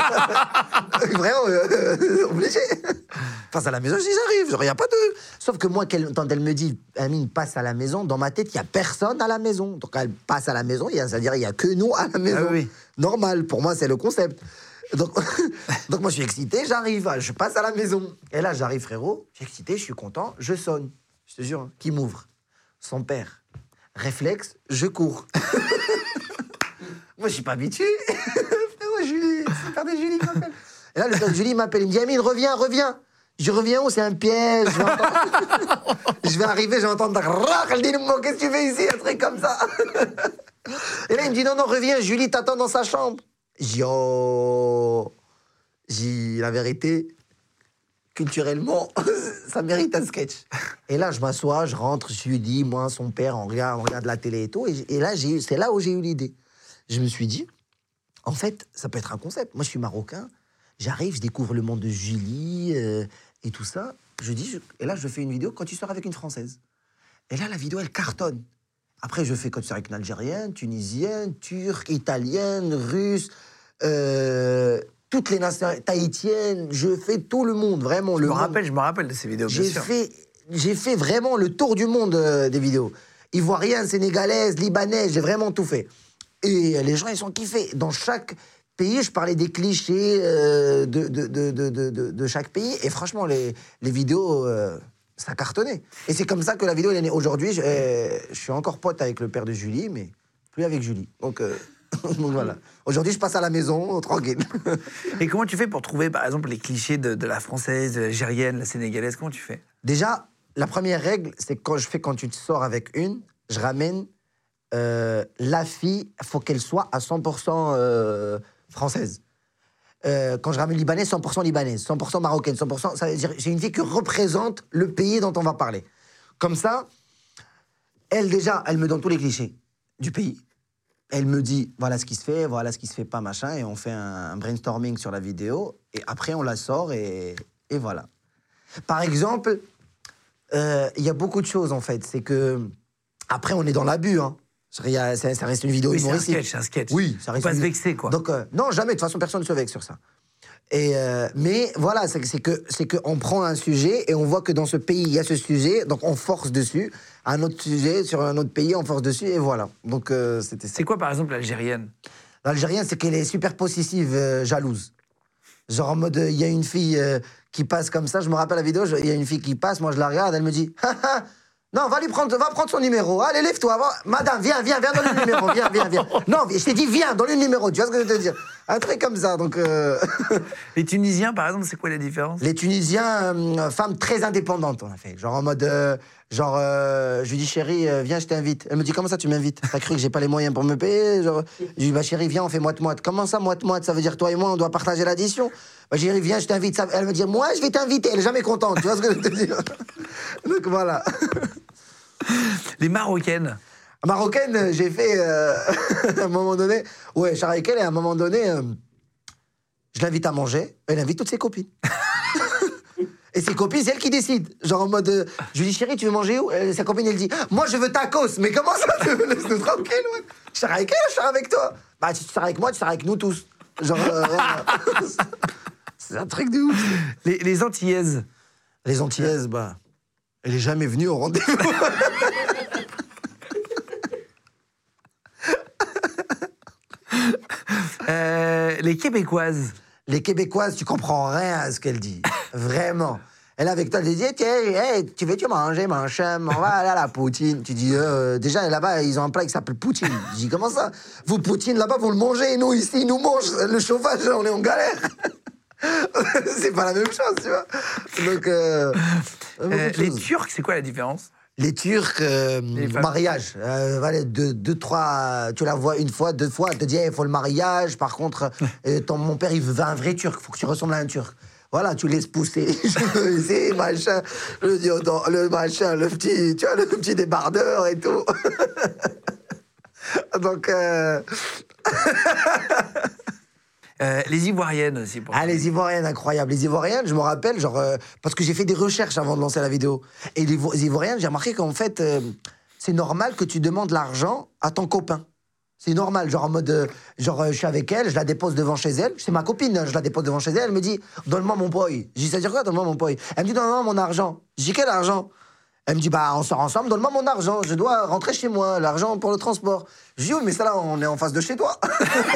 Vraiment, euh, obligé. Passe à la maison, je dis, j'arrive. Il n'y a pas de... Sauf que moi, qu'elle- quand elle me dit, Amine, passe à la maison, dans ma tête, il n'y a personne à la maison. Donc, elle passe à la maison, il y a- c'est-à-dire il n'y a que nous à la maison. Ah oui. Normal, pour moi, c'est le concept. Donc, donc moi, je suis excité, j'arrive, je passe à la maison. Et là, j'arrive, frérot, je suis excité, je suis content, je sonne. Je te jure, hein. Qui m'ouvre? Son père. Réflexe, je cours. Moi, je suis pas habitué. Frérot, Julie, c'est le père de Julie qui m'appelle. Et là, le père de Julie m'appelle, il me dit, Amine, reviens, reviens. Je reviens où? C'est un piège. Je vais, entendre... je vais arriver, je vais entendre... Elle dit, qu'est-ce que tu fais ici? Un truc comme ça. Et là, il me dit, non, non, reviens, Julie t'attend dans sa chambre. J'ai dit, oh... J'ai dit, la vérité, culturellement, ça mérite un sketch. Et là, je m'assois, je rentre, Julie, moi, son père, on regarde, on regarde la télé et tout. Et, et là, j'ai eu- c'est là où j'ai eu l'idée. Je me suis dit, en fait, ça peut être un concept. Moi, je suis marocain, j'arrive, je découvre le monde de Julie euh, et tout ça. Je dis, je- et là, je fais une vidéo quand tu sors avec une Française. Et là, la vidéo, elle cartonne. Après, je fais quand tu sors avec une Algérienne, Tunisienne, Turque, Italienne, Russe, euh, toutes les nationalités, Tahitiennes. Je fais tout le monde, vraiment. Je le me monde. rappelle, je me rappelle de ces vidéos, bien J'ai sûr. fait, j'ai fait vraiment le tour du monde euh, des vidéos. Ivoirienne, sénégalaise, libanaise, j'ai vraiment tout fait. Et les gens, ils sont kiffés. Dans chaque pays, je parlais des clichés euh, de, de, de, de, de, de- de chaque pays. Et franchement, les, les vidéos, euh, ça cartonnait. Et c'est comme ça que la vidéo elle est née. Aujourd'hui, je, euh, je suis encore pote avec le père de Julie, mais plus avec Julie. Donc, euh, Donc voilà. Aujourd'hui, je passe à la maison, tranquille. Et comment tu fais pour trouver, par exemple, les clichés de, de la française, de l'algérienne, la sénégalaise? Comment tu fais? Déjà, la première règle, c'est que quand je fais quand tu te sors avec une, je ramène euh, la fille, il faut qu'elle soit à cent pour cent euh, française. Euh, quand je ramène libanais, cent pour cent libanaise, cent pour cent marocaine, cent pour cent... Ça veut dire j'ai une fille qui représente le pays dont on va parler. Comme ça, elle, déjà, elle me donne tous les clichés du pays. Elle me dit, voilà ce qui se fait, voilà ce qui se fait pas, machin, et on fait un, un brainstorming sur la vidéo, et après, on la sort, et, et voilà. Par exemple, il euh, y a beaucoup de choses, en fait. C'est que, après, on est dans l'abus, hein. Y a, ça, ça reste une vidéo oui, humoristique. C'est un sketch, c'est un sketch. Oui, ça reste Faut pas une... se vexer, quoi. Donc, euh, non, jamais. De toute façon, personne ne se vexe sur ça. Et euh, mais voilà, c'est, c'est que c'est qu'on prend un sujet et on voit que dans ce pays, il y a ce sujet, donc on force dessus. Un autre sujet sur un autre pays, on force dessus, et voilà. Donc, euh, c'était ça. C'est quoi, par exemple, l'algérienne? L'algérienne, c'est qu'elle est super possessive, euh, jalouse. Genre en mode, il euh, y a une fille euh, qui passe comme ça, je me rappelle la vidéo, il y a une fille qui passe, moi je la regarde, elle me dit... Non, va lui prendre, va prendre son numéro. Allez, lève-toi. Va. Madame, viens, viens, viens dans le numéro. Viens, viens, viens. Non, je t'ai dit, viens dans le numéro. Tu vois ce que je veux te dire? Un truc comme ça. Donc, euh... Les Tunisiens, par exemple, c'est quoi la différence? Les Tunisiens, euh, femmes très indépendantes, on a fait. Genre en mode, euh, genre, euh, je lui dis, chérie, euh, viens, je t'invite. Elle me dit, comment ça, tu m'invites? T'as cru que j'ai pas les moyens pour me payer? Genre, je lui dis, bah chérie, viens, on fait moite-moite. Comment ça, moite-moite? Ça veut dire toi et moi, on doit partager l'addition. Bah chérie, viens, je t'invite. Ça... Elle me dit, moi, je vais t'inviter. Elle est jamais contente. Tu vois ce que je veux te dire? Donc voilà. Les Marocaines. Marocaine, j'ai fait euh, à un moment donné. Ouais, je suis avec elle et à un moment donné, euh, je l'invite à manger. Elle invite toutes ses copines. Et ses copines, c'est elle qui décide. Genre en mode, euh, je lui dis chérie, tu veux manger où? Et sa copine, elle dit, moi je veux tacos. Mais comment ça, tu me laisses tranquille, ouais. Je sors avec elle, je sors avec toi. Bah, si tu sors avec moi, tu sors avec nous tous. Genre, euh, voilà. C'est un truc de ouf. Les, les Antillaises. Les Antillaises, bah, elle est jamais venue au rendez-vous. euh, les Québécoises. Les Québécoises, tu comprends rien à ce qu'elle dit. Vraiment. Elle est avec toi, elle dit, tiens, hey, tu veux-tu manger, mon chum? On va aller à la poutine. Tu dis, euh, déjà, là-bas, ils ont un plat qui s'appelle poutine. Je dis, comment ça? Vous, poutine, là-bas, vous le mangez, et nous, ici, ils nous mangent. Le chauffage, on est en galère. C'est pas la même chose, tu vois. Donc, euh, euh, les Turcs, c'est quoi la différence? Les Turcs, euh, les mariage. Euh, voilà, deux, deux, trois. Tu la vois une fois, deux fois, elle te dit, il hey, faut le mariage. Par contre, euh, ton, mon père, il veut un vrai Turc. Il faut que tu ressembles à un Turc. Voilà, tu laisses pousser. C'est machin, le déodorant, le machin, le petit, tu vois, le petit débardeur et tout. Donc. Euh... Euh, les Ivoiriennes aussi. Pour ah, les Ivoiriennes, incroyables. Les Ivoiriennes, je me rappelle, genre, euh, parce que j'ai fait des recherches avant de lancer la vidéo. Et les, les Ivoiriennes, j'ai remarqué qu'en fait, euh, c'est normal que tu demandes l'argent à ton copain. C'est normal, genre en mode, euh, genre, euh, je suis avec elle, je la dépose devant chez elle. C'est ma copine, hein, je la dépose devant chez elle. Elle me dit, donne-moi mon boy. Je dis, ça veut dire quoi, donne-moi mon boy? Elle me dit, donne-moi mon argent. Je dis, quel argent? Elle me dit, bah, on sort ensemble, donne-moi mon argent. Je dois rentrer chez moi, l'argent pour le transport. Je dis, oui, mais ça là, on est en face de chez toi.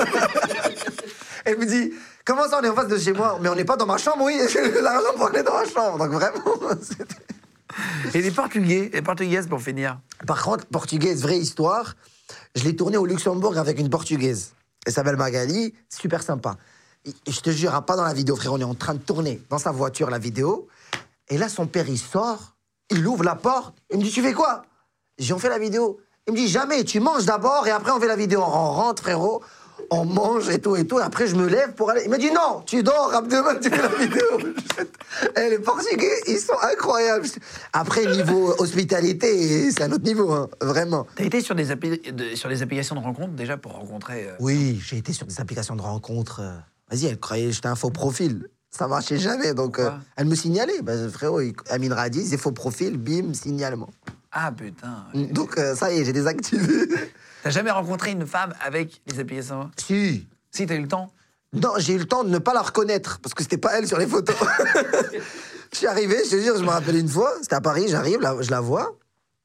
Elle me dit, comment ça, on est en face de chez moi? Mais on n'est pas dans ma chambre, oui, l'argent pour aller dans ma chambre. Donc vraiment, c'était... Et les Portugais, les Portugaises pour finir. Par contre, portugaise, vraie histoire, je l'ai tournée au Luxembourg avec une Portugaise. Elle s'appelle Magali, super sympa. Et je te jure, pas dans la vidéo, frère, on est en train de tourner dans sa voiture la vidéo. Et là, son père, il sort, il ouvre la porte, il me dit, tu fais quoi? J'ai on fait la vidéo. Il me dit, jamais, tu manges d'abord et après on fait la vidéo. On rentre, frérot. On mange et tout et tout, et après je me lève pour aller... Il m'a dit non, tu dors, après-demain tu fais la vidéo. Et les Portugais, ils sont incroyables. Après, niveau hospitalité, c'est un autre niveau, hein, vraiment. T'as été sur des, appli- de, sur des applications de rencontres, déjà, pour rencontrer... Euh... Oui, j'ai été sur des applications de rencontres. Euh... Vas-y, elle croyait que j'étais un faux profil. Ça marchait jamais, donc euh, elle me signalait. Bah, frérot, Amine Radiz, des faux profils, bim, signalement. Ah, putain. Donc, euh, ça y est, j'ai désactivé. T'as jamais rencontré une femme avec les applications? Si. Si, t'as eu le temps? Non, j'ai eu le temps de ne pas la reconnaître, parce que c'était pas elle sur les photos. Je suis arrivé, je te jure, je me rappelle une fois, c'était à Paris, j'arrive, là, je la vois.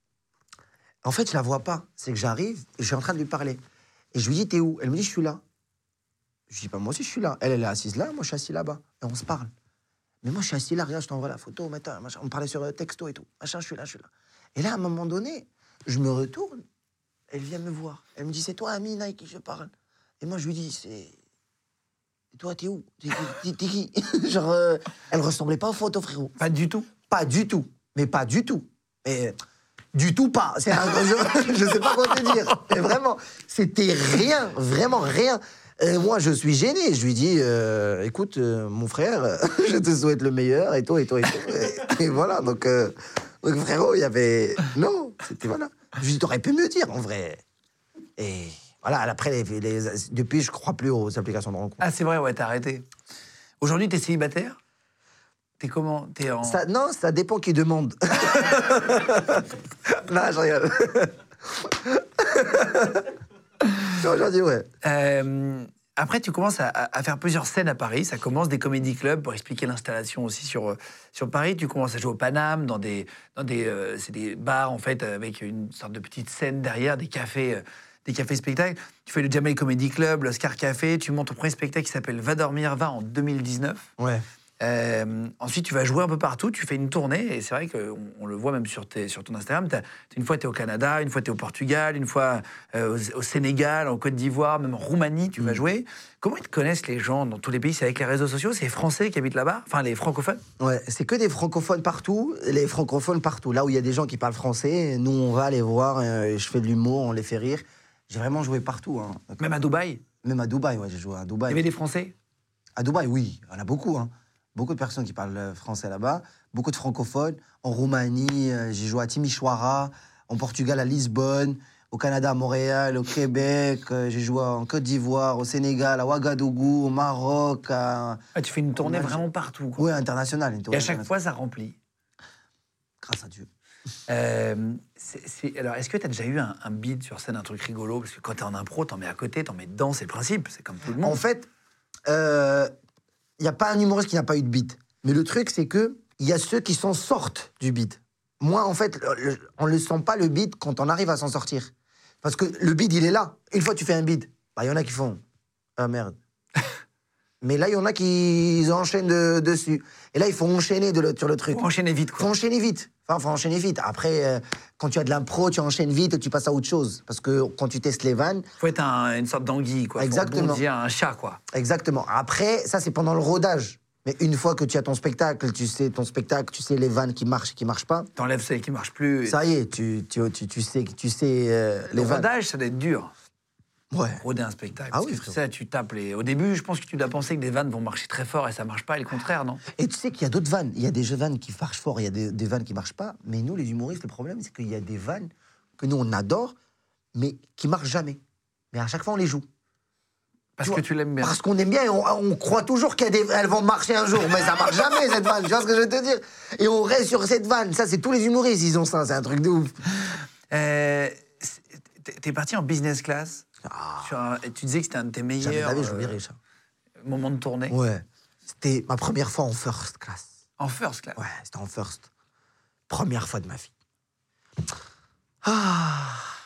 En fait, je la vois pas. C'est que j'arrive, et je suis en train de lui parler. Et je lui dis, t'es où? Elle me dit, je suis là. Je dis, bah, moi aussi, je suis là. Elle, elle est assise là, moi, je suis assis là-bas. Et on se parle. Mais moi, je suis assis là, regarde, je t'envoie la photo, machin, machin. On me parlait sur texto et tout. Machin, je suis là, je suis là. Et là, à un moment donné, je me retourne. Elle vient me voir. Elle me dit, c'est toi, Amine, avec qui je parle? Et moi, je lui dis, c'est... Et toi, t'es où? T'es, t'es, t'es qui? Genre, euh, elle ressemblait pas aux photos, frérot. Pas du tout. Pas du tout. Mais pas du tout. Mais du tout pas. C'est un, je, je sais pas quoi te dire. Mais vraiment, c'était rien. Vraiment rien. Et moi, je suis gêné. Je lui dis, euh, écoute, euh, mon frère, je te souhaite le meilleur, et toi, et toi, et toi. Et, et voilà, donc, euh, donc, frérot, il y avait... Non, c'était voilà. Je lui dis, t'aurais pu me dire, en vrai. Et voilà, après, les, les, depuis, je crois plus aux applications de rencontre. Ah, c'est vrai, ouais, t'as arrêté. Aujourd'hui, t'es célibataire? T'es comment? T'es en... Ça, non, ça dépend qui demande. Non, je rigole. Aujourd'hui, ouais. Euh, après, tu commences à, à faire plusieurs scènes à Paris. Ça commence des comédie clubs, pour expliquer l'installation aussi sur, sur Paris. Tu commences à jouer au Paname, dans des, dans des, euh, c'est des bars, en fait, avec une sorte de petite scène derrière, des cafés, euh, des cafés spectacles. Tu fais le Jamel Comedy Club, l'Oscar Café. Tu montes ton premier spectacle qui s'appelle Va dormir, va, en deux mille dix-neuf. Ouais. Euh, ensuite, tu vas jouer un peu partout, tu fais une tournée, et c'est vrai qu'on on le voit même sur, tes, sur ton Instagram. T'as, une fois, tu es au Canada, une fois, tu es au Portugal, une fois euh, au, au Sénégal, en Côte d'Ivoire, même en Roumanie, tu mmh. vas jouer. Comment ils te connaissent, les gens, dans tous les pays? C'est avec les réseaux sociaux? C'est les Français qui habitent là-bas? Enfin, les francophones? Ouais, c'est que des francophones partout, les francophones partout. Là où il y a des gens qui parlent français, nous, on va les voir, euh, je fais de l'humour, on les fait rire. J'ai vraiment joué partout. Hein. Même à Dubaï? Même à Dubaï, ouais, j'ai joué à Dubaï. Il y avait des Français? À Dubaï, oui, il y en a beaucoup, hein. Beaucoup de personnes qui parlent français là-bas, beaucoup de francophones. En Roumanie, euh, j'ai joué à Timișoara, en Portugal à Lisbonne, au Canada à Montréal, au Québec, euh, j'ai joué en Côte d'Ivoire, au Sénégal, à Ouagadougou, au Maroc. À... Ah, tu fais une tournée vraiment partout, quoi. Oui, internationale. Et à chaque fois, ça remplit. Grâce à Dieu. Euh, c'est, c'est... Alors, est-ce que tu as déjà eu un, un beat sur scène, un truc rigolo? Parce que quand t'es en impro, t'en mets à côté, t'en mets dedans, c'est le principe, c'est comme tout le monde. En fait, euh... il n'y a pas un humoriste qui n'a pas eu de beat. Mais le truc, c'est qu'il y a ceux qui s'en sortent du beat. Moi, en fait, le, on ne le sent pas, le beat, quand on arrive à s'en sortir. Parce que le beat, il est là. Une fois que tu fais un beat, bah, il y en a qui font « Ah, merde ». Mais là, il y en a qui enchaînent de, dessus. Et là, il faut enchaîner de le, sur le truc. Faut enchaîner vite, quoi. Faut enchaîner vite. Enfin, faut enchaîner vite. Après, euh, quand tu as de l'impro, tu enchaînes vite et tu passes à autre chose. Parce que quand tu testes les vannes... Faut être un, une sorte d'anguille, quoi. Exactement. Faut bondir un chat, quoi. Exactement. Après, ça, c'est pendant le rodage. Mais une fois que tu as ton spectacle, tu sais ton spectacle, tu sais les vannes qui marchent et qui marchent pas. T'enlèves celles qui marchent plus. Et... Ça y est, tu, tu, tu, tu sais, tu sais euh, les le vannes. rodage, ça doit être dur. Ouais. Roder un spectacle. Ah parce oui, que frérot. ça, tu tapes les... Au début, je pense que tu dois penser que des vannes vont marcher très fort et ça marche pas, et le contraire, non? Et tu sais qu'il y a d'autres vannes. Il y a des jeux vannes qui marchent fort, il y a des, des vannes qui marchent pas. Mais nous, les humoristes, le problème, c'est qu'il y a des vannes que nous, on adore, mais qui marchent jamais. Mais à chaque fois, on les joue. Parce tu que vois, tu l'aimes bien. Parce qu'on aime bien et on, on croit toujours qu'elles vont marcher un jour. Mais ça marche jamais, cette vanne. Tu vois ce que je veux te dire? Et on reste sur cette vanne. Ça, c'est tous les humoristes, ils ont ça. C'est un truc de ouf. Euh, T'es parti en business class. Ah. Sur un... Tu disais que c'était un de tes Jamais meilleurs de la vie, j'oublierai ça. euh, moments de tournée. Ouais. C'était ma première fois en first class. En first class. Ouais, c'était en first. Première fois de ma vie. Ah.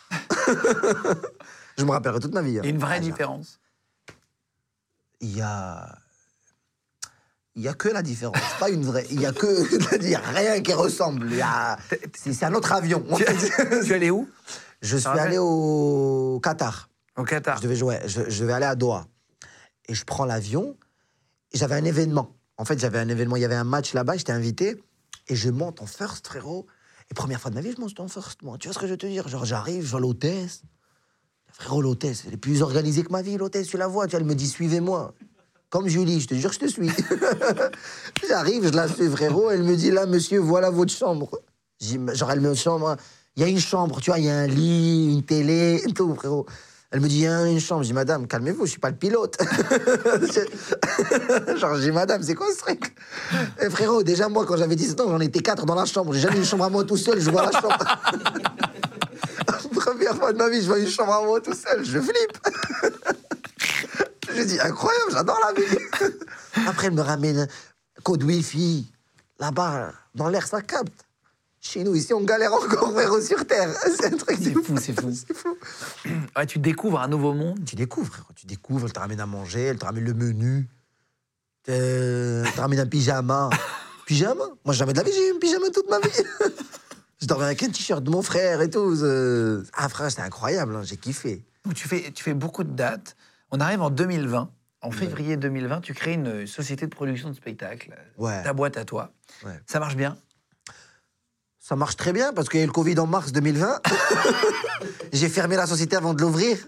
Je me rappellerai toute ma vie. Hein. Il y a une vraie Ah, différence. Il y a... Il y a que la différence, pas une vraie. Il y a que... Il y a rien qui ressemble. Il y a... C'est c'est un autre avion. Tu, tu es allé où? Je suis allé au Qatar. Au Qatar. Je devais jouer, je, je devais aller à Doha. Et je prends l'avion, et j'avais un événement. En fait, j'avais un événement, il y avait un match là-bas, j'étais invité, et je monte en first, frérot. Et première fois de ma vie, je monte en first, moi. Tu vois ce que je veux te dire? Genre, j'arrive, je vois l'hôtesse. Frérot, l'hôtesse, elle est plus organisée que ma vie, l'hôtesse, tu la vois, tu vois, elle me dit, suivez-moi. Comme Julie, je te jure, je te suis. J'arrive, je la suis, frérot, elle me dit, là, monsieur, voilà votre chambre. Genre, elle me chambre, il y a une chambre, tu vois, il y a un lit, une télé, et tout, frérot. Elle me dit, il y a une chambre. Je dis, madame, calmez-vous, je suis pas le pilote. Genre, je dis, madame, c'est quoi ce truc? Et frérot, déjà, moi, quand j'avais dix-sept ans, j'en étais quatre dans la chambre. J'ai jamais une chambre à moi tout seul, je vois la chambre. Première fois de ma vie, je vois une chambre à moi tout seul, je flippe. Je dis, incroyable, j'adore la vie. Après, elle me ramène code Wi-Fi. Là-bas, dans l'air, ça capte. Chez nous, ici, on galère encore, frérot, sur Terre. C'est un truc C'est de fou, c'est fou. C'est fou. Ouais, tu découvres un nouveau monde. Tu découvres, frérot. Tu découvres, elle te ramène à manger, elle te ramène le menu. Euh, elle te ramène un pyjama. Pyjama? Moi, jamais de la vie, j'ai eu un pyjama toute ma vie. Je dormais avec un t-shirt de mon frère et tout. Ah, frère, c'était incroyable, hein, j'ai kiffé. Donc, tu fais, tu fais beaucoup de dates. On arrive en deux mille vingt. En février ouais. deux mille vingt, tu crées une société de production de spectacles. Ouais. Ta boîte à toi. Ouais. Ça marche bien? Ça marche très bien parce qu'il y a eu le Covid en mars deux mille vingt. J'ai fermé la société avant de l'ouvrir.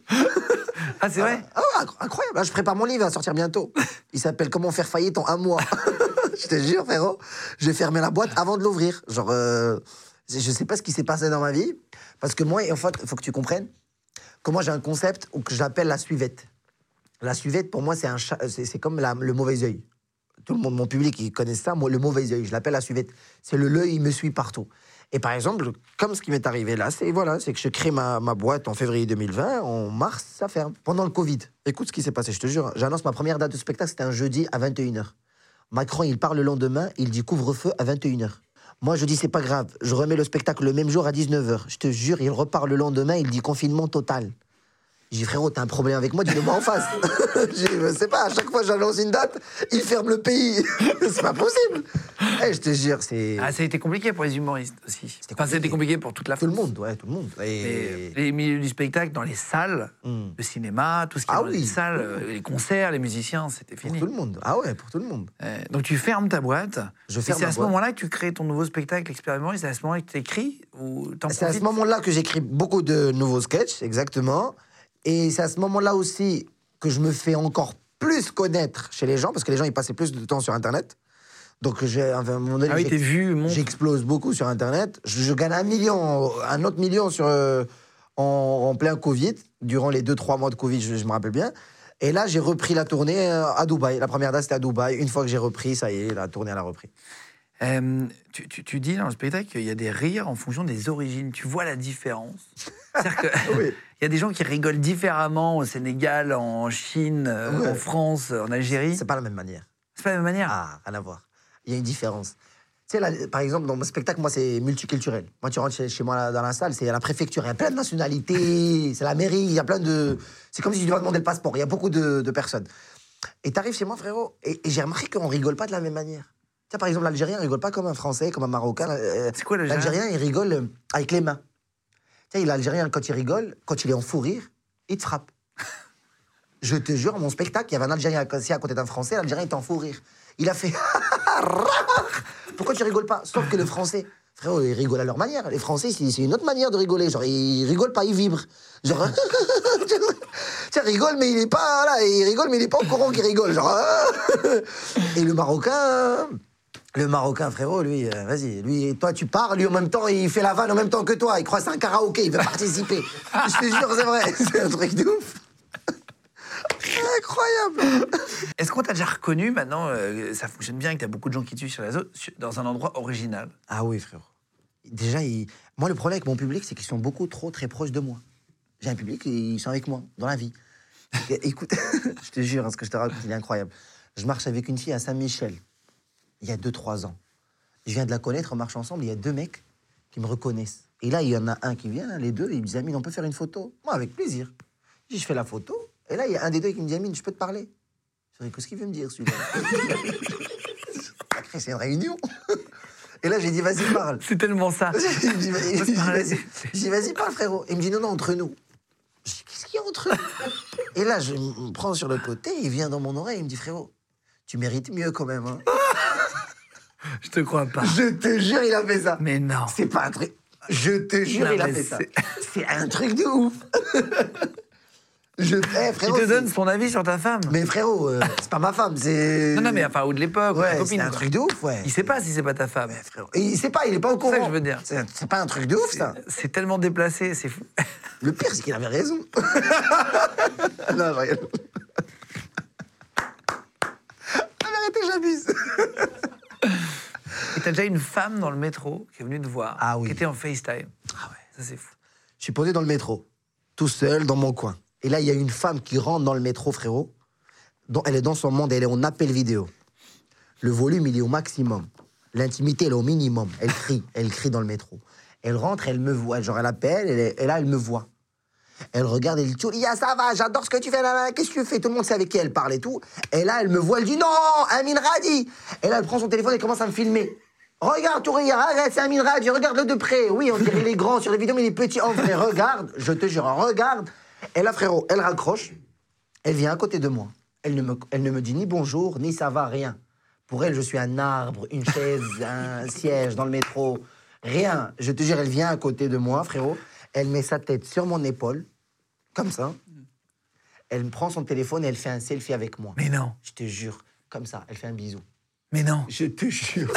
Ah, c'est vrai? Ah, ah, incroyable. Là, je prépare mon livre à sortir bientôt. Il s'appelle Comment faire faillite en un mois. Je te jure, frérot. J'ai fermé la boîte avant de l'ouvrir. Genre, euh, je sais pas ce qui s'est passé dans ma vie. Parce que moi, en fait, il faut que tu comprennes que moi, j'ai un concept que j'appelle la suivette. La suivette, pour moi, c'est, un cha- c'est, c'est comme la, le mauvais œil. Tout le monde, mon public, ils connaissent ça. Moi, le mauvais œil, je l'appelle la suivette. C'est le l'œil, il me suit partout. Et par exemple, comme ce qui m'est arrivé là, c'est, voilà, c'est que je crée ma, ma boîte en février deux mille vingt, en mars, ça ferme. Pendant le Covid, écoute ce qui s'est passé, je te jure. J'annonce ma première date de spectacle, c'était un jeudi à vingt et une heures. Macron, il part le lendemain, il dit couvre-feu à vingt et une heures. Moi, je dis, c'est pas grave, je remets le spectacle le même jour à dix-neuf heures. Je te jure, il repart le lendemain, il dit confinement total. J'ai dit, frérot, t'as un problème avec moi, dis-le-moi en face. J'ai dit, je sais pas, à chaque fois que j'annonce une date, il ferme le pays. C'est pas possible. Hey, je te jure, c'est... Ah, ça a été compliqué pour les humoristes aussi. C'était enfin, c'était compliqué pour toute la Tout France. le monde, ouais, tout le monde. Et... Les, les milieux du spectacle, dans les salles, Mm. le cinéma, tout ce qui est Ah dans oui. les salles, euh, les concerts, les musiciens, c'était Pour fini. tout le monde. Ah ouais, pour tout le monde. Euh, donc tu fermes ta boîte. Je et ferme c'est ma à ce boîte. moment-là que tu crées ton nouveau spectacle, Expériment, et c'est à ce moment-là que tu écris ou t'en C'est à ce profites? moment-là que j'écris beaucoup de nouveaux sketchs, exactement. Et c'est à ce moment-là aussi que je me fais encore plus connaître chez les gens, parce que les gens, ils passaient plus de temps sur Internet. Donc, j'ai, enfin, à un moment donné, Ah oui, j'ex- tes vues montent. j'explose beaucoup sur Internet. Je, je gagne un million, un autre million sur, euh, en, en plein Covid, durant les deux, trois mois de Covid, je, je me rappelle bien. Et là, j'ai repris la tournée euh, à Dubaï. La première date, c'était à Dubaï. Une fois que j'ai repris, ça y est, la tournée, elle a repris. Euh, tu, tu, tu dis dans le spectacle qu'il y a des rires en fonction des origines. Tu vois la différence? C'est-à-dire qu'il Oui. y a des gens qui rigolent différemment au Sénégal, en Chine, euh, Ouais. en France, en Algérie. C'est pas la même manière. C'est pas la même manière. Ah, rien à voir. Il y a une différence. Tu sais, là, par exemple, dans mon spectacle, moi, c'est multiculturel. Moi, tu rentres chez, chez moi là, dans la salle, c'est à la préfecture, il y a plein de nationalités, c'est la mairie, il y a plein de... C'est comme si tu devais demander le passeport, il y a beaucoup de, de personnes. Et t'arrives chez moi, frérot, et, et j'ai remarqué qu'on rigole pas de la même manière. Tu sais, par exemple, l'Algérien rigole pas comme un Français, comme un Marocain. Euh, C'est quoi l'Algérien? L'Algérien, il rigole euh, avec les mains. Tu sais, l'Algérien, quand il rigole, quand il est en fou rire, il te frappe. Je te jure, mon spectacle, il y avait un Algérien assis à côté d'un Français, l'Algérien était en fou rire. Il a fait... Pourquoi tu rigoles pas? Sauf que le Français, frérot, ils rigolent à leur manière. Les Français, c'est c'est une autre manière de rigoler. Genre, ils rigolent pas, ils vibrent. Genre... Tiens, rigole, mais il est pas... Là, il rigole, mais il est pas au courant qu'il rigole. Genre... Et le Marocain... Le Marocain, frérot, lui, euh, vas-y, lui, toi, tu pars, lui, en même temps, il fait la vanne en même temps que toi. Il croit que c'est un karaoké, il veut participer. Je te jure, c'est vrai. C'est un truc de ouf. Incroyable. Est-ce qu'on t'a déjà reconnu maintenant, euh, ça fonctionne bien, que t'as beaucoup de gens qui te suivent sur les réseaux, sur- dans un endroit original? Ah oui, frérot. Déjà, il... moi, le problème avec mon public, c'est qu'ils sont beaucoup trop très proches de moi. J'ai un public, ils sont avec moi, dans la vie. Et, écoute, je te jure, hein, ce que je te raconte, il est incroyable. Je marche avec une fille à Saint-Michel, il y a deux trois ans. Je viens de la connaître, on marche ensemble, il y a deux mecs qui me reconnaissent. Et là, il y en a un qui vient, les deux, ils me disent, Amine, on peut faire une photo? Moi, avec plaisir. Je dis, je fais la photo, et là, il y a un des deux qui me dit, Amine, je peux te parler? Je dis, qu'est-ce qu'il veut me dire, celui-là? C'est une réunion. Et là, j'ai dit, vas-y, parle. C'est tellement ça. Il me dit, vas-y, il me dit, vas-y. Je dis, vas-y, parle, frérot. Il me dit, non, non, entre nous. Je dis, qu'est-ce qu'il y a entre nous? Et là, je me prends sur le côté, il vient dans mon oreille, il me dit, frérot, tu mérites mieux quand même. Hein. Je te crois pas. Je te jure, il a fait ça. Mais non. C'est pas un truc. Je te jure, Non, il a mais fait ça. c'est- C'est un truc de ouf. Je... Eh, Il frérot, te c'est- donne son avis sur ta femme. Mais frérot, euh, c'est pas ma femme, c'est... Non, non, mais enfin, ou de l'époque, ou Ouais, ta c'est copine. un quoi. truc de ouf, ouais. Il sait pas si c'est pas ta femme. Ouais, frérot. Et il sait pas, il est pas au courant. ça que je veux dire. C'est c'est pas un truc de ouf, ça. C'est tellement déplacé, c'est fou. Le pire, c'est qu'il avait raison. Non, je rigole. La vérité, j'abuse. Et t'as déjà une femme dans le métro qui est venue te voir, Ah oui. qui était en FaceTime. Ah ouais. Ça, c'est fou. Je suis posé dans le métro, tout seul, dans mon coin. Et là, il y a une femme qui rentre dans le métro, frérot. Dont elle est dans son monde, elle est en appel vidéo. Le volume, il est au maximum. L'intimité, elle est au minimum. Elle crie, elle crie dans le métro. Elle rentre, elle me voit. Genre, elle appelle, elle est- et là, elle me voit. Elle regarde, elle dit, Touria, ça va, j'adore ce que tu fais là, qu'est-ce que tu fais? Tout le monde sait avec qui elle parle et tout. Et là, elle me voit, elle dit, non, Amine Radi. Et là, elle prend son téléphone et commence à me filmer. Regarde, Touria, arrête, c'est Amine Radi, regarde-le de près. Oui, on dirait il est grand sur les vidéos, mais il est petit en vrai. Regarde, je te jure, regarde. Et là, frérot, elle raccroche. Elle vient à côté de moi. Elle ne, me, elle ne me dit ni bonjour, ni ça va, rien. Pour elle, je suis un arbre, une chaise, un siège dans le métro. Rien. Je te jure, elle vient à côté de moi, frérot. Elle met sa tête sur mon épaule, comme ça. Elle me prend son téléphone et elle fait un selfie avec moi. Mais non. Je te jure, comme ça, elle fait un bisou. Mais non. Je te jure.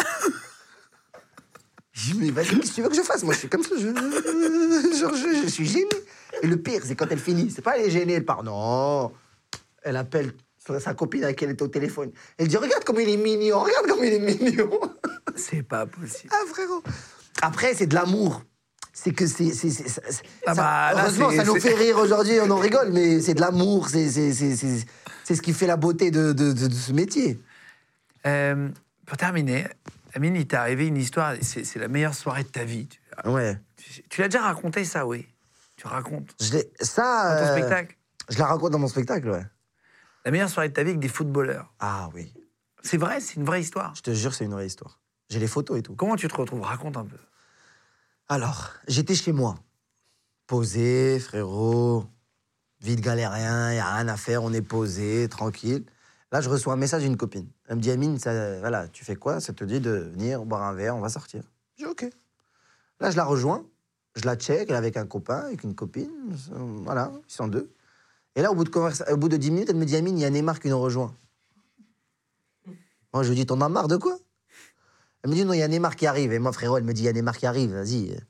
Je dis, mais vas-y, qu'est-ce que tu veux que je fasse? Moi, je suis comme ça, je, genre, je, je suis gêné. Et le pire, c'est quand elle finit. C'est pas elle est gênée, elle part. Non. Elle appelle sa copine avec qui elle était au téléphone. Elle dit, regarde comme il est mignon, regarde comme il est mignon. C'est pas possible. Ah, frérot. Après, c'est de l'amour. C'est que c'est... c'est, c'est, c'est ah ça, bah, là, heureusement, c'est, ça nous c'est... fait rire aujourd'hui, on en rigole, mais c'est de l'amour. C'est, c'est, c'est, c'est, c'est ce qui fait la beauté de, de, de, de ce métier. Euh, pour terminer, Amine, il t'est arrivé une histoire, c'est, c'est la meilleure soirée de ta vie. Tu, Ouais. tu, tu l'as déjà raconté, ça, oui. Tu racontes. Je l'ai, ça... Dans ton euh, spectacle. Je la raconte dans mon spectacle, ouais. La meilleure soirée de ta vie avec des footballeurs. Ah oui. C'est vrai, c'est une vraie histoire. Je te jure, c'est une vraie histoire. J'ai les photos et tout. Comment tu te retrouves? Raconte un peu. Alors, j'étais chez moi. Posé, frérot. Vide galérien, il n'y a rien à faire, on est posé, tranquille. Là, je reçois un message d'une copine. Elle me dit, Amine, ça, voilà, tu fais quoi? Ça te dit de venir boire un verre, on va sortir. Je dis, OK. Là, je la rejoins, je la check, elle est avec un copain, avec une copine. Voilà, ils sont deux. Et là, au bout de, conversa... au bout de dix minutes, elle me dit, Amine, il y a Neymar qui nous rejoint. Moi, je lui dis, t'en as marre de quoi? Elle me dit, non, il y a Neymar qui arrive. Et moi, frérot, elle me dit, il y a Neymar qui arrive, vas-y. Elle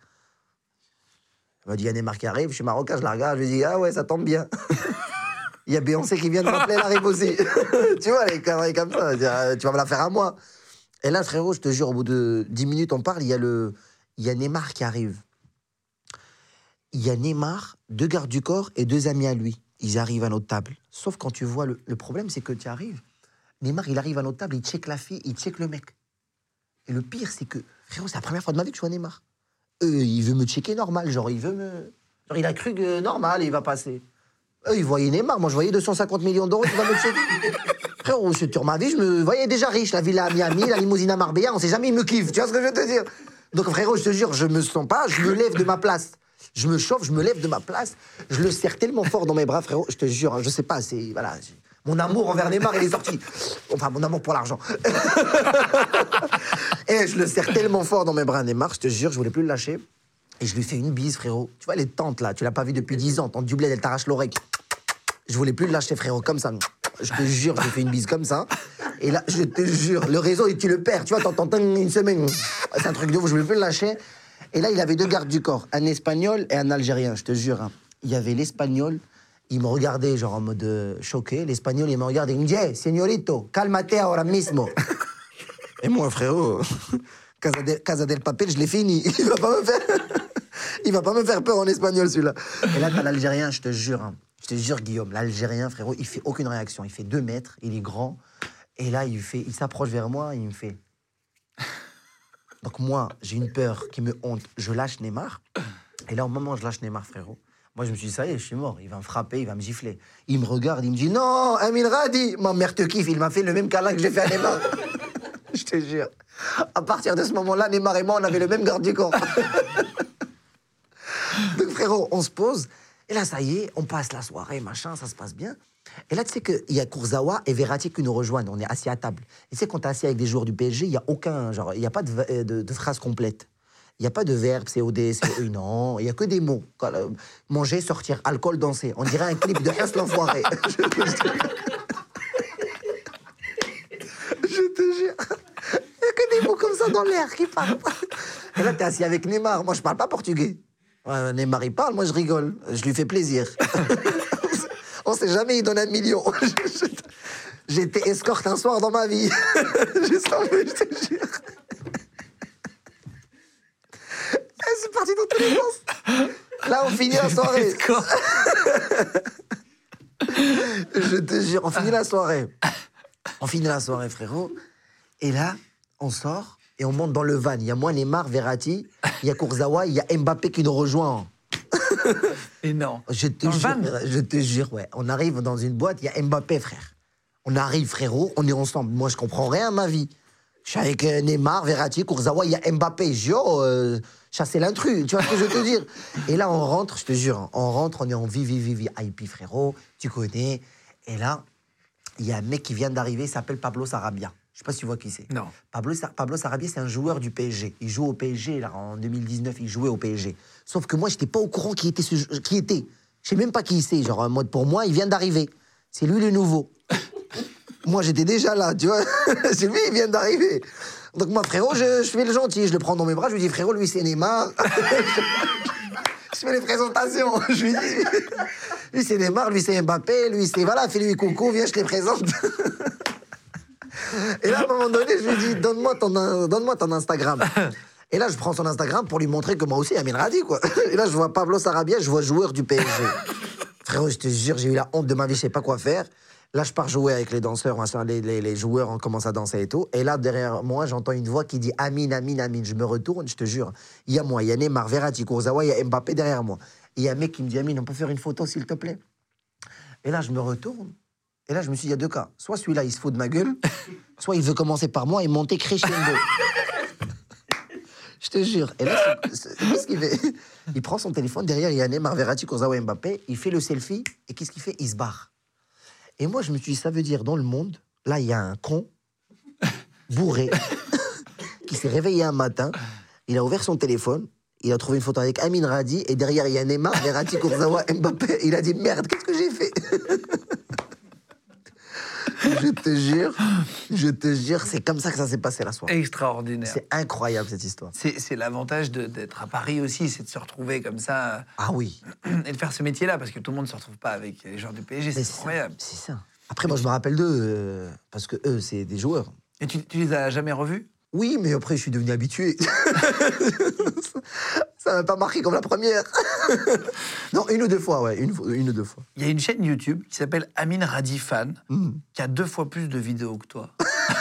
me dit, il y a Neymar qui arrive, je suis marocain, je la regarde, je lui dis, ah ouais, ça tombe bien. Il y a Beyoncé qui vient de m'appeler, elle arrive aussi. Tu vois, les conneries comme ça, tu vas me la faire à moi. Et là, frérot, je te jure, au bout de dix minutes, on parle, il y a, le... il y a Neymar qui arrive. Il y a Neymar, deux gardes du corps et deux amis à lui. Ils arrivent à notre table. Sauf quand tu vois, le, le problème, c'est que tu arrives. Neymar, il arrive à notre table, il check la fille, il check le mec. Et le pire, c'est que, frérot, c'est la première fois de ma vie que je vois Neymar. Euh, il veut me checker normal, genre, il veut me... Genre, il a cru que normal, il va passer. Eux, ils voyaient Neymar, moi, je voyais deux cent cinquante millions d'euros, il va me checker. Frérot, sur ma vie, je me voyais déjà riche. La villa à Miami, la limousine à Marbella, on sait jamais, il me kiffe. Tu vois ce que je veux te dire? Donc, frérot, je te jure, je me sens pas, je me lève de ma place. Je me chauffe, je me lève de ma place, je le serre tellement fort dans mes bras, frérot, je te jure, hein, je sais pas, c'est... Voilà, mon amour envers Neymar, il est sorti. Enfin, mon amour pour l'argent. Et je le serre tellement fort dans mes bras, Neymar, je te jure, je voulais plus le lâcher. Et je lui fais une bise, frérot. Tu vois, les tantes, là, tu l'as pas vu depuis dix ans, tante du bled, elle t'arrache l'oreille. Je voulais plus le lâcher, frérot, comme ça. Je te jure, je lui fais une bise comme ça. Et là, je te jure, le réseau, tu le perds. Tu vois, t'entends une semaine. C'est un truc de ouf, je voulais plus le lâcher. Et là, il avait deux gardes du corps, un Espagnol et un Algérien, je te jure. Hein. Il y avait l'Espagnol, il me regardait genre en mode euh, choqué. L'Espagnol, il me regardait, il me dit hey, « señorito, calmate ahora mismo ». Et moi, frérot, Casa, de, Casa del Papel, je l'ai fini. Il va pas me faire... il va pas me faire peur en espagnol, celui-là. Et là, t'as l'Algérien, je te jure. Hein. Je te jure, Guillaume, l'Algérien, frérot, il fait aucune réaction. Il fait deux mètres, il est grand. Et là, il, fait, il s'approche vers moi, il me fait... Donc moi, j'ai une peur qui me honte. Je lâche Neymar. Et là, au moment où je lâche Neymar, frérot, moi, je me suis dit, ça y est, je suis mort. Il va me frapper, il va me gifler. Il me regarde, il me dit, non, Amine Radi. Ma mère te kiffe, il m'a fait le même câlin que j'ai fait à Neymar. Je te jure. À partir de ce moment-là, Neymar et moi, on avait le même garde du corps. Donc, frérot, on se pose. Et là, ça y est, on passe la soirée, machin, ça se passe bien. Et là, tu sais qu'il y a Kurzawa et Verratti qui nous rejoignent. On est assis à table. Et tu sais, quand t'es assis avec des joueurs du P S G, il n'y a aucun, genre, il n'y a pas de, de, de phrase complète. Il n'y a pas de verbe, C O D, C O E, non. Il n'y a que des mots. Euh, manger, sortir, alcool, danser. On dirait un clip de Hess l'enfoiré. Je te jure. Il n'y a que des mots comme ça dans l'air qui parlent. Et là, t'es assis avec Neymar. Moi, je parle pas portugais. Ouais, Neymar, il parle, moi, je rigole. Je lui fais plaisir. On sait jamais, il donne un million. J'ai été escorte un soir dans ma vie. J'ai sauvé, je te jure. Et c'est parti dans tous les sens. Là, on finit la soirée. Je te jure, on finit la soirée. On finit la soirée, frérot. Et là, on sort et on monte dans le van. Il y a moi, Neymar, Verratti, il y a Kurzawa, il y a Mbappé qui nous rejoint. Et non. Je te dans jure, je te jure, ouais. On arrive dans une boîte, il y a Mbappé, frère. On arrive, frérot, on est ensemble. Moi, je comprends rien à ma vie. Je suis avec euh, Neymar, Verratti, Kurzawa, il y a Mbappé. Je dis, oh, euh, chasser l'intrus, tu vois ce que je veux te dire? Et là, on rentre, je te jure, hein, on rentre, on est en V V V V I P, frérot, tu connais. Et là, il y a un mec qui vient d'arriver, il s'appelle Pablo Sarabia. Je sais pas si tu vois qui c'est. Non. Pablo, Pablo Sarabia, c'est un joueur du P S G. Il joue au P S G, là, en deux mille dix-neuf, il jouait au P S G. Sauf que moi, je n'étais pas au courant qui était. Ce, qui était. Je sais même pas qui c'est. Genre, en mode, pour moi, il vient d'arriver. C'est lui le nouveau. Moi, j'étais déjà là, tu vois. C'est lui, il vient d'arriver. Donc, moi, frérot, je, je fais le gentil. Je le prends dans mes bras, je lui dis, frérot, lui, c'est Neymar. Je fais les présentations. Je lui dis, lui, c'est Neymar, lui, c'est Mbappé, lui, c'est. Voilà, fais-lui coucou, viens, je les présente. Et là, à un moment donné, je lui dis, donne-moi ton, donne-moi ton Instagram. Et là, je prends son Instagram pour lui montrer que moi aussi, Amine Radi, quoi. Et là, je vois Pablo Sarabia, je vois joueur du P S G. Frérot, je te jure, j'ai eu la honte de ma vie, je sais pas quoi faire. Là, je pars jouer avec les danseurs, les, les, les joueurs, on commence à danser et tout. Et là, derrière moi, j'entends une voix qui dit Amine, Amine, Amine. Je me retourne, je te jure. Il y a moi, il y a Neymar, Verratti, Kurzawa, il y a Mbappé derrière moi. Et il y a un mec qui me dit Amine, on peut faire une photo, s'il te plaît? Et là, je me retourne. Et là, je me suis dit, il y a deux cas. Soit celui-là, il se fout de ma gueule, soit il veut commencer par moi et monter crescendo. Je te jure. Et là, c'est, c'est, qu'est-ce qu'il fait? Il prend son téléphone, derrière, il y a Neymar, Verratti, Kurzawa, Mbappé. Il fait le selfie, et qu'est-ce qu'il fait? Il se barre. Et moi, je me suis dit, ça veut dire, dans le monde, là, il y a un con, bourré, qui s'est réveillé un matin, il a ouvert son téléphone, il a trouvé une photo avec Amine Radi, et derrière, il y a Neymar, Verratti, Kurzawa, Mbappé. Il a dit, merde, qu'est-ce que j'ai fait? Je te jure, je te jure, c'est comme ça que ça s'est passé la soirée. Extraordinaire. C'est incroyable, cette histoire. C'est, c'est l'avantage de, d'être à Paris aussi, c'est de se retrouver comme ça. Ah oui. Et de faire ce métier-là, parce que tout le monde ne se retrouve pas avec les joueurs du P S G, c'est, c'est incroyable. Ça, c'est ça. Après, moi, je me rappelle d'eux, euh, parce que eux, c'est des joueurs. Et tu, tu les as jamais revus? Oui, mais après, je suis devenu habitué. Ça m'a pas marqué comme la première. Non, une ou deux fois, ouais, une, une ou deux fois. Il y a une chaîne YouTube qui s'appelle Amine Radi Fan, mm. qui a deux fois plus de vidéos que toi.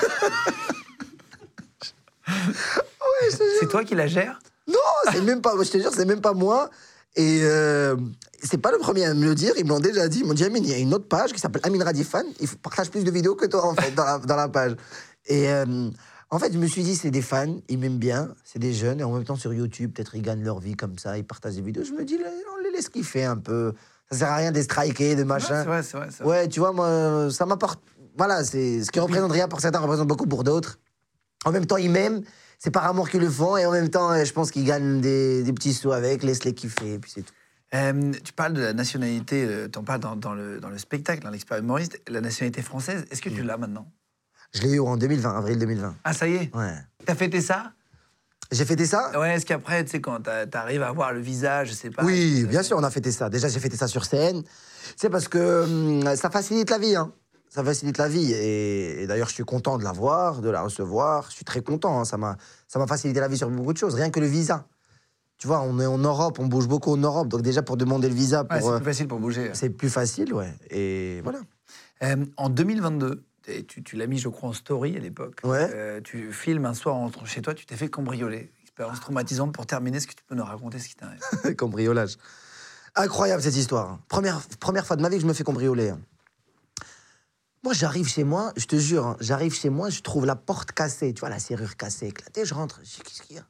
Ouais, c'est toi qui la gères? Non, c'est même pas, je te jure, c'est même pas moi. Et euh, c'est pas le premier à me le dire, ils me l'ont déjà dit. Ils m'ont dit, Amine, il y a une autre page qui s'appelle Amine Radi Fan, il partage plus de vidéos que toi, en fait, dans la, dans la page. Et... Euh, en fait, je me suis dit, c'est des fans, ils m'aiment bien, c'est des jeunes, et en même temps, sur YouTube, peut-être ils gagnent leur vie comme ça, ils partagent des vidéos. Je me dis, on les laisse kiffer un peu. Ça sert à rien de striker, de machin. Ouais, c'est vrai, c'est vrai, c'est vrai. Ouais, tu vois, moi, ça m'apporte... Voilà, c'est ce qui représente rien pour certains, représente beaucoup pour d'autres. En même temps, ils m'aiment, c'est par amour qu'ils le font, et en même temps, je pense qu'ils gagnent des, des petits sous avec, laisse-les kiffer, et puis c'est tout. Euh, tu parles de la nationalité, euh, tu en parles dans, dans, le, dans le spectacle, dans l'expert humoriste, la nationalité française, est-ce que tu l'as maintenant? Je l'ai eu en deux mille vingt, avril deux mille vingt. Ah, ça y est? Ouais. T'as fêté ça? J'ai fêté ça? Ouais, est-ce qu'après, tu sais, quand t'arrives à avoir le visage, je sais pas... Oui, bien sûr, on a fêté ça. Déjà, j'ai fêté ça sur scène. C'est parce que hum, ça facilite la vie, hein. Ça facilite la vie. Et, et d'ailleurs, je suis content de la voir, de la recevoir. Je suis très content, hein. Ça m'a, ça m'a facilité la vie sur beaucoup de choses. Rien que le visa. Tu vois, on est en Europe, on bouge beaucoup en Europe. Donc déjà, pour demander le visa... Pour, ouais, c'est euh, plus facile pour bouger. C'est plus facile, ouais. Et voilà. Euh, en deux mille vingt-deux... Et tu, tu l'as mis, je crois, en story à l'époque. Ouais. Euh, tu filmes un soir en rentrant chez toi, tu t'es fait cambrioler. Expérience traumatisante. Pour terminer, est-ce que tu peux nous raconter ce qui t'arrive? Cambriolage. Incroyable cette histoire. Première, première fois de ma vie que je me fais cambrioler. Moi, j'arrive chez moi, je te jure, hein, j'arrive chez moi, je trouve la porte cassée, tu vois, la serrure cassée, éclatée, je rentre, je dis, qu'est-ce qu'il y a?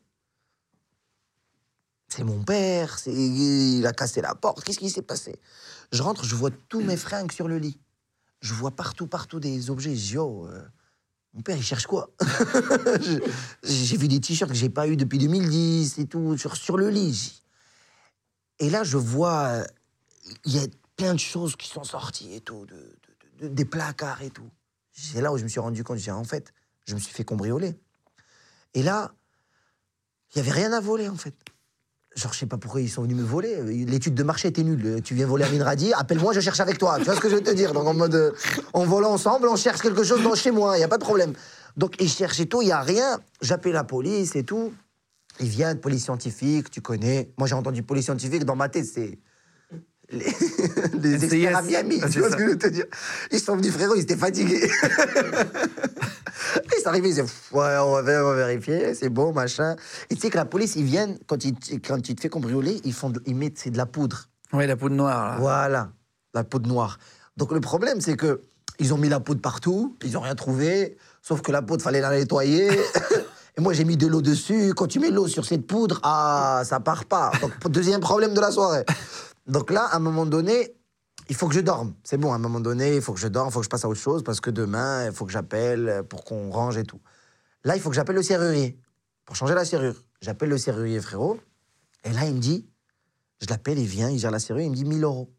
C'est mon père, c'est... il a cassé la porte, qu'est-ce qui s'est passé? Je rentre, je vois tous mes fringues sur le lit. Je vois partout, partout des objets. Je dis, oh, euh, mon père, il cherche quoi? J'ai vu des t-shirts que j'ai pas eu depuis deux mille dix et tout, sur, sur le lit. Et là, je vois, il euh, y a plein de choses qui sont sorties et tout, de, de, de, de, des placards et tout. C'est là où je me suis rendu compte, j'ai en fait, je me suis fait cambrioler. Et là, il y avait rien à voler, en fait. Genre, je sais pas pourquoi ils sont venus me voler. L'étude de marché était nulle. Tu viens voler Amine Radi, appelle-moi, je cherche avec toi. Tu vois ce que je veux te dire? Donc, en mode, euh, on vole ensemble, on cherche quelque chose dans chez moi, il n'y a pas de problème. Donc, ils cherchent et tout, il n'y a rien. J'appelle la police et tout. Ils viennent, police scientifique, tu connais. Moi, j'ai entendu police scientifique, dans ma tête, c'est... Les, les experts à Miami, ah, tu vois ça. Ce que je veux te dire? Ils sont venus, frérot, ils étaient fatigués. Ils sont arrivés, ils disaient, ouais, on va, on va vérifier, c'est bon, machin. Et tu sais que la police, ils viennent, quand, ils, quand tu te fais cambrioler, ils, font, ils mettent, c'est de la poudre. Oui, la poudre noire, là. Voilà, la poudre noire. Donc le problème, c'est que ils ont mis la poudre partout, ils n'ont rien trouvé, sauf que la poudre, fallait la nettoyer. Et moi, j'ai mis de l'eau dessus. Quand tu mets de l'eau sur cette poudre, ah, ça part pas. Donc, deuxième problème de la soirée. Donc là, à un moment donné, il faut que je dorme. C'est bon, à un moment donné, il faut que je dorme, il faut que je passe à autre chose, parce que demain, il faut que j'appelle pour qu'on range et tout. Là, il faut que j'appelle le serrurier, pour changer la serrure. J'appelle le serrurier, frérot, et là, il me dit, je l'appelle, il vient, il gère la serrure, il me dit mille euros.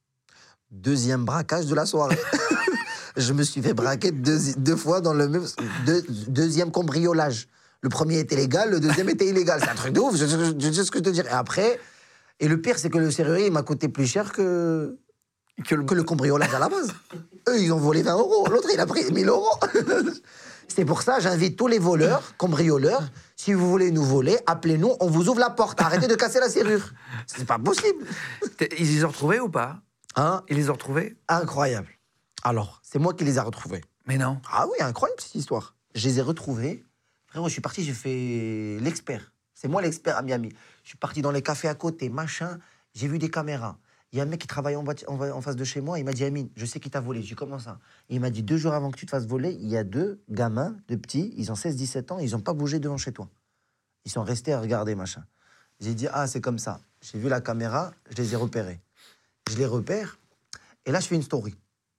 Deuxième braquage de la soirée. Je me suis fait braquer deux, deux fois dans le même... Deux, deuxième cambriolage. Le premier était légal, le deuxième était illégal. C'est un truc de ouf, je, je, je, je sais ce que je te dirais. Et après... Et le pire, c'est que le serrurier, il m'a coûté plus cher que... Que le... que le cambriolage à la base. Eux, ils ont volé vingt euros. L'autre, il a pris mille euros. C'est pour ça, j'invite tous les voleurs, cambrioleurs, si vous voulez nous voler, appelez-nous, on vous ouvre la porte. Arrêtez de casser la serrure. C'est pas possible. Ils les ont retrouvés ou pas? Hein? Ils les ont retrouvés? Incroyable. Alors, c'est moi qui les ai retrouvés. Mais non. Ah oui, incroyable cette histoire. Je les ai retrouvés. Frérot, je suis parti, j'ai fait l'expert. C'est moi l'expert à Miami. Je suis parti dans les cafés à côté, machin. J'ai vu des caméras. Il y a un mec qui travaille en, en, en face de chez moi. Il m'a dit, Amine, je sais qui t'a volé. J'ai dit, comment ça? Et il m'a dit, deux jours avant que tu te fasses voler, il y a deux gamins, deux petits, ils ont seize dix-sept ans, ils n'ont pas bougé devant chez toi. Ils sont restés à regarder, machin. J'ai dit, ah, c'est comme ça. J'ai vu la caméra, je les ai repérés. Je les repère, et là, je fais une story.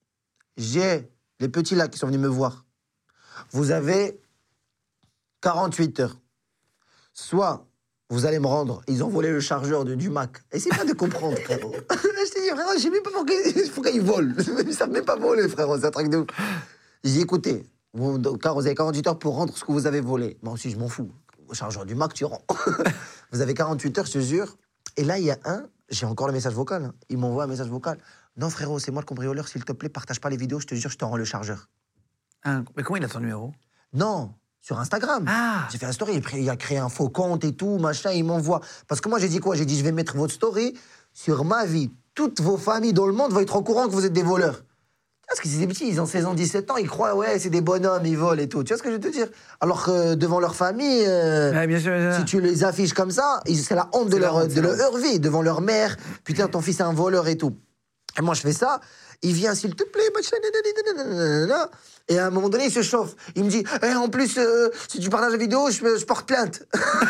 J'ai les petits là qui sont venus me voir. Vous avez quarante-huit heures. Soit vous allez me rendre, ils ont volé le chargeur de, du Mac. Essayez pas de comprendre, frérot. Je te dis, frérot, je sais même pas pourquoi, pourquoi ils volent. Ils savent même pas voler, frérot, c'est un truc de ouf. J'ai dit, écoutez, vous, car vous avez quarante-huit heures pour rendre ce que vous avez volé. Moi aussi, je m'en fous. Le chargeur du Mac, tu rends. Vous avez quarante-huit heures, je te jure. Et là, il y a un, j'ai encore le message vocal. Hein. Il m'envoie un message vocal. Non, frérot, c'est moi le cambrioleur, s'il te plaît, partage pas les vidéos, je te jure, je te rends le chargeur. Ah, mais comment il a ton numéro? Non, sur Instagram. Ah. J'ai fait un story, il a créé un faux compte et tout, machin, il m'envoie. Parce que moi, j'ai dit quoi? J'ai dit, je vais mettre votre story sur ma vie. Toutes vos familles dans le monde vont être au courant que vous êtes des voleurs. Parce que c'est des petits, ils ont seize ans, dix-sept ans, ils croient, ouais, c'est des bonhommes, ils volent et tout. Tu vois ce que je veux te dire? Alors que devant leur famille, euh, ouais, bien sûr, bien sûr. Si tu les affiches comme ça, c'est la honte de, leur, honte, de leur vie, devant leur mère. Putain, ton fils est un voleur et tout. Et moi, je fais ça, il vient, s'il te plaît, machin, et à un moment donné, il se chauffe. Il me dit, eh, en plus, euh, si tu partages la vidéo, je, je porte plainte.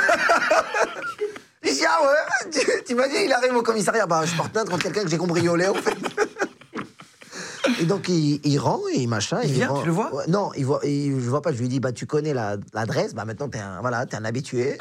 Je dis, ah ouais, tu, t'imagines, il arrive au commissariat, bah, je porte plainte contre quelqu'un que j'ai cambriolé, en fait. Et donc, il, il rend, et machin. Il, il vient, rend. Tu le vois? Ouais, non, il voit, il, je vois pas, je lui dis, bah, tu connais la, l'adresse, bah, maintenant, t'es un, voilà, t'es un habitué.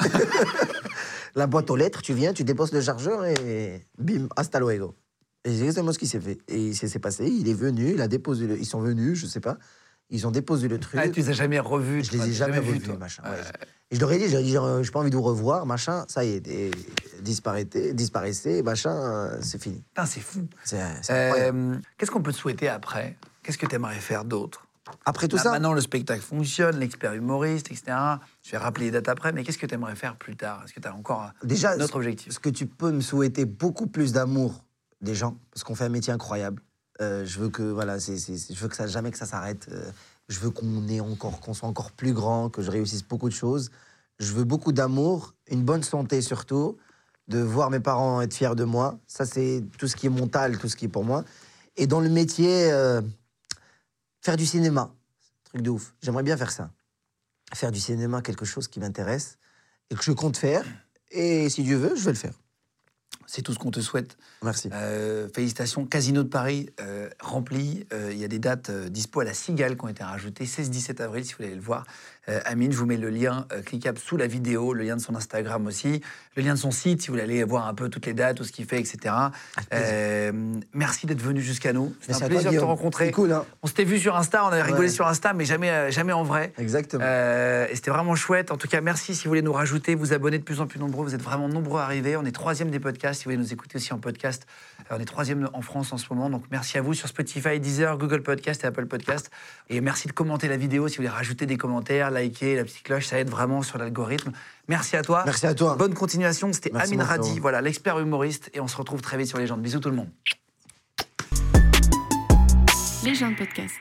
La boîte aux lettres, tu viens, tu déposes le chargeur, et bim, hasta luego. Et c'est exactement ce qui s'est fait. Et c'est, c'est passé, il est venu, il a déposé le... Ils sont venus, je sais pas, ils ont déposé le truc. Ah, tu les as jamais revus? Je les ai jamais, jamais revus, machin. Ouais. Ouais. Et je leur ai dit, j'ai pas envie de vous revoir, machin, ça y est, et disparaissez, disparaissez, machin, c'est fini. Putain, c'est fou. C'est, c'est incroyable. Euh, qu'est-ce qu'on peut te souhaiter après? Qu'est-ce que tu aimerais faire d'autre? Après tout Là, ça? Maintenant, le spectacle fonctionne, l'expert humoriste, et cetera. Je vais rappeler les dates après, mais qu'est-ce que tu aimerais faire plus tard? Est-ce que tu as encore Déjà, un autre objectif? Ce que tu peux me souhaiter, beaucoup plus d'amour des gens, parce qu'on fait un métier incroyable. Euh, je veux que voilà, c'est, c'est, c'est, je veux que ça jamais que ça s'arrête. Euh, je veux qu'on ait encore, qu'on soit encore plus grand, que je réussisse beaucoup de choses. Je veux beaucoup d'amour, une bonne santé surtout, de voir mes parents être fiers de moi. Ça, c'est tout ce qui est mental, tout ce qui est pour moi. Et dans le métier, euh, faire du cinéma, truc de ouf. J'aimerais bien faire ça. Faire du cinéma, quelque chose qui m'intéresse et que je compte faire. Et si Dieu veut, je vais le faire. C'est tout ce qu'on te souhaite. Merci. Euh, félicitations. Casino de Paris euh, rempli. Il euh, y a des dates euh, dispo à la Cigale qui ont été rajoutées. seize dix-sept avril, si vous voulez aller le voir. Euh, Amine, je vous mets le lien euh, cliquable sous la vidéo, le lien de son Instagram aussi, le lien de son site, si vous voulez aller voir un peu toutes les dates, tout ce qu'il fait, et cetera. Euh, merci d'être venu jusqu'à nous. C'est un plaisir de te rencontrer. C'est cool, hein. On s'était vu sur Insta, on avait rigolé ouais. sur Insta, mais jamais, euh, jamais en vrai. Exactement. Euh, et c'était vraiment chouette. En tout cas, merci si vous voulez nous rajouter, vous abonner de plus en plus nombreux. Vous êtes vraiment nombreux à arriver. On est troisième des podcasts. Si vous voulez nous écouter aussi en podcast, on est troisième en France en ce moment. Donc merci à vous sur Spotify, Deezer, Google Podcast et Apple Podcast. Et merci de commenter la vidéo si vous voulez rajouter des commentaires, liker, la petite cloche, ça aide vraiment sur l'algorithme. Merci à toi. Merci à toi. Bonne continuation. C'était merci Amine beaucoup. Radi, voilà, l'expert humoriste. Et on se retrouve très vite sur Légende. Bisous tout le monde. Légende Podcast.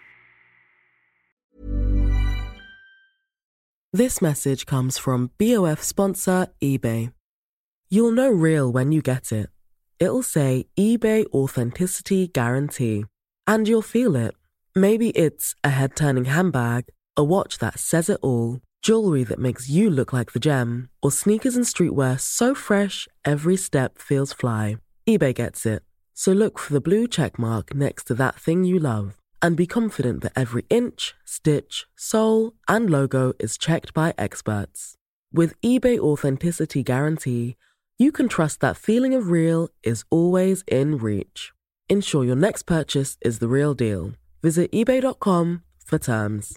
This message comes from B O F sponsor eBay. You'll know real when you get it. It'll say eBay Authenticity Guarantee. And you'll feel it. Maybe it's a head-turning handbag, a watch that says it all, jewelry that makes you look like the gem, or sneakers and streetwear so fresh every step feels fly. eBay gets it. So look for the blue check mark next to that thing you love and be confident that every inch, stitch, sole, and logo is checked by experts. With eBay Authenticity Guarantee, you can trust that feeling of real is always in reach. Ensure your next purchase is the real deal. Visit ebay dot com for terms.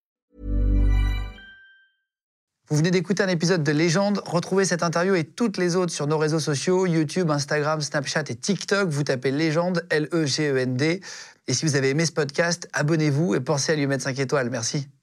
Vous venez d'écouter un épisode de Légende. Retrouvez cette interview et toutes les autres sur nos réseaux sociaux, YouTube, Instagram, Snapchat et TikTok. Vous tapez Légende, L E G E N D. Et si vous avez aimé ce podcast, abonnez-vous et pensez à lui mettre cinq étoiles. Merci.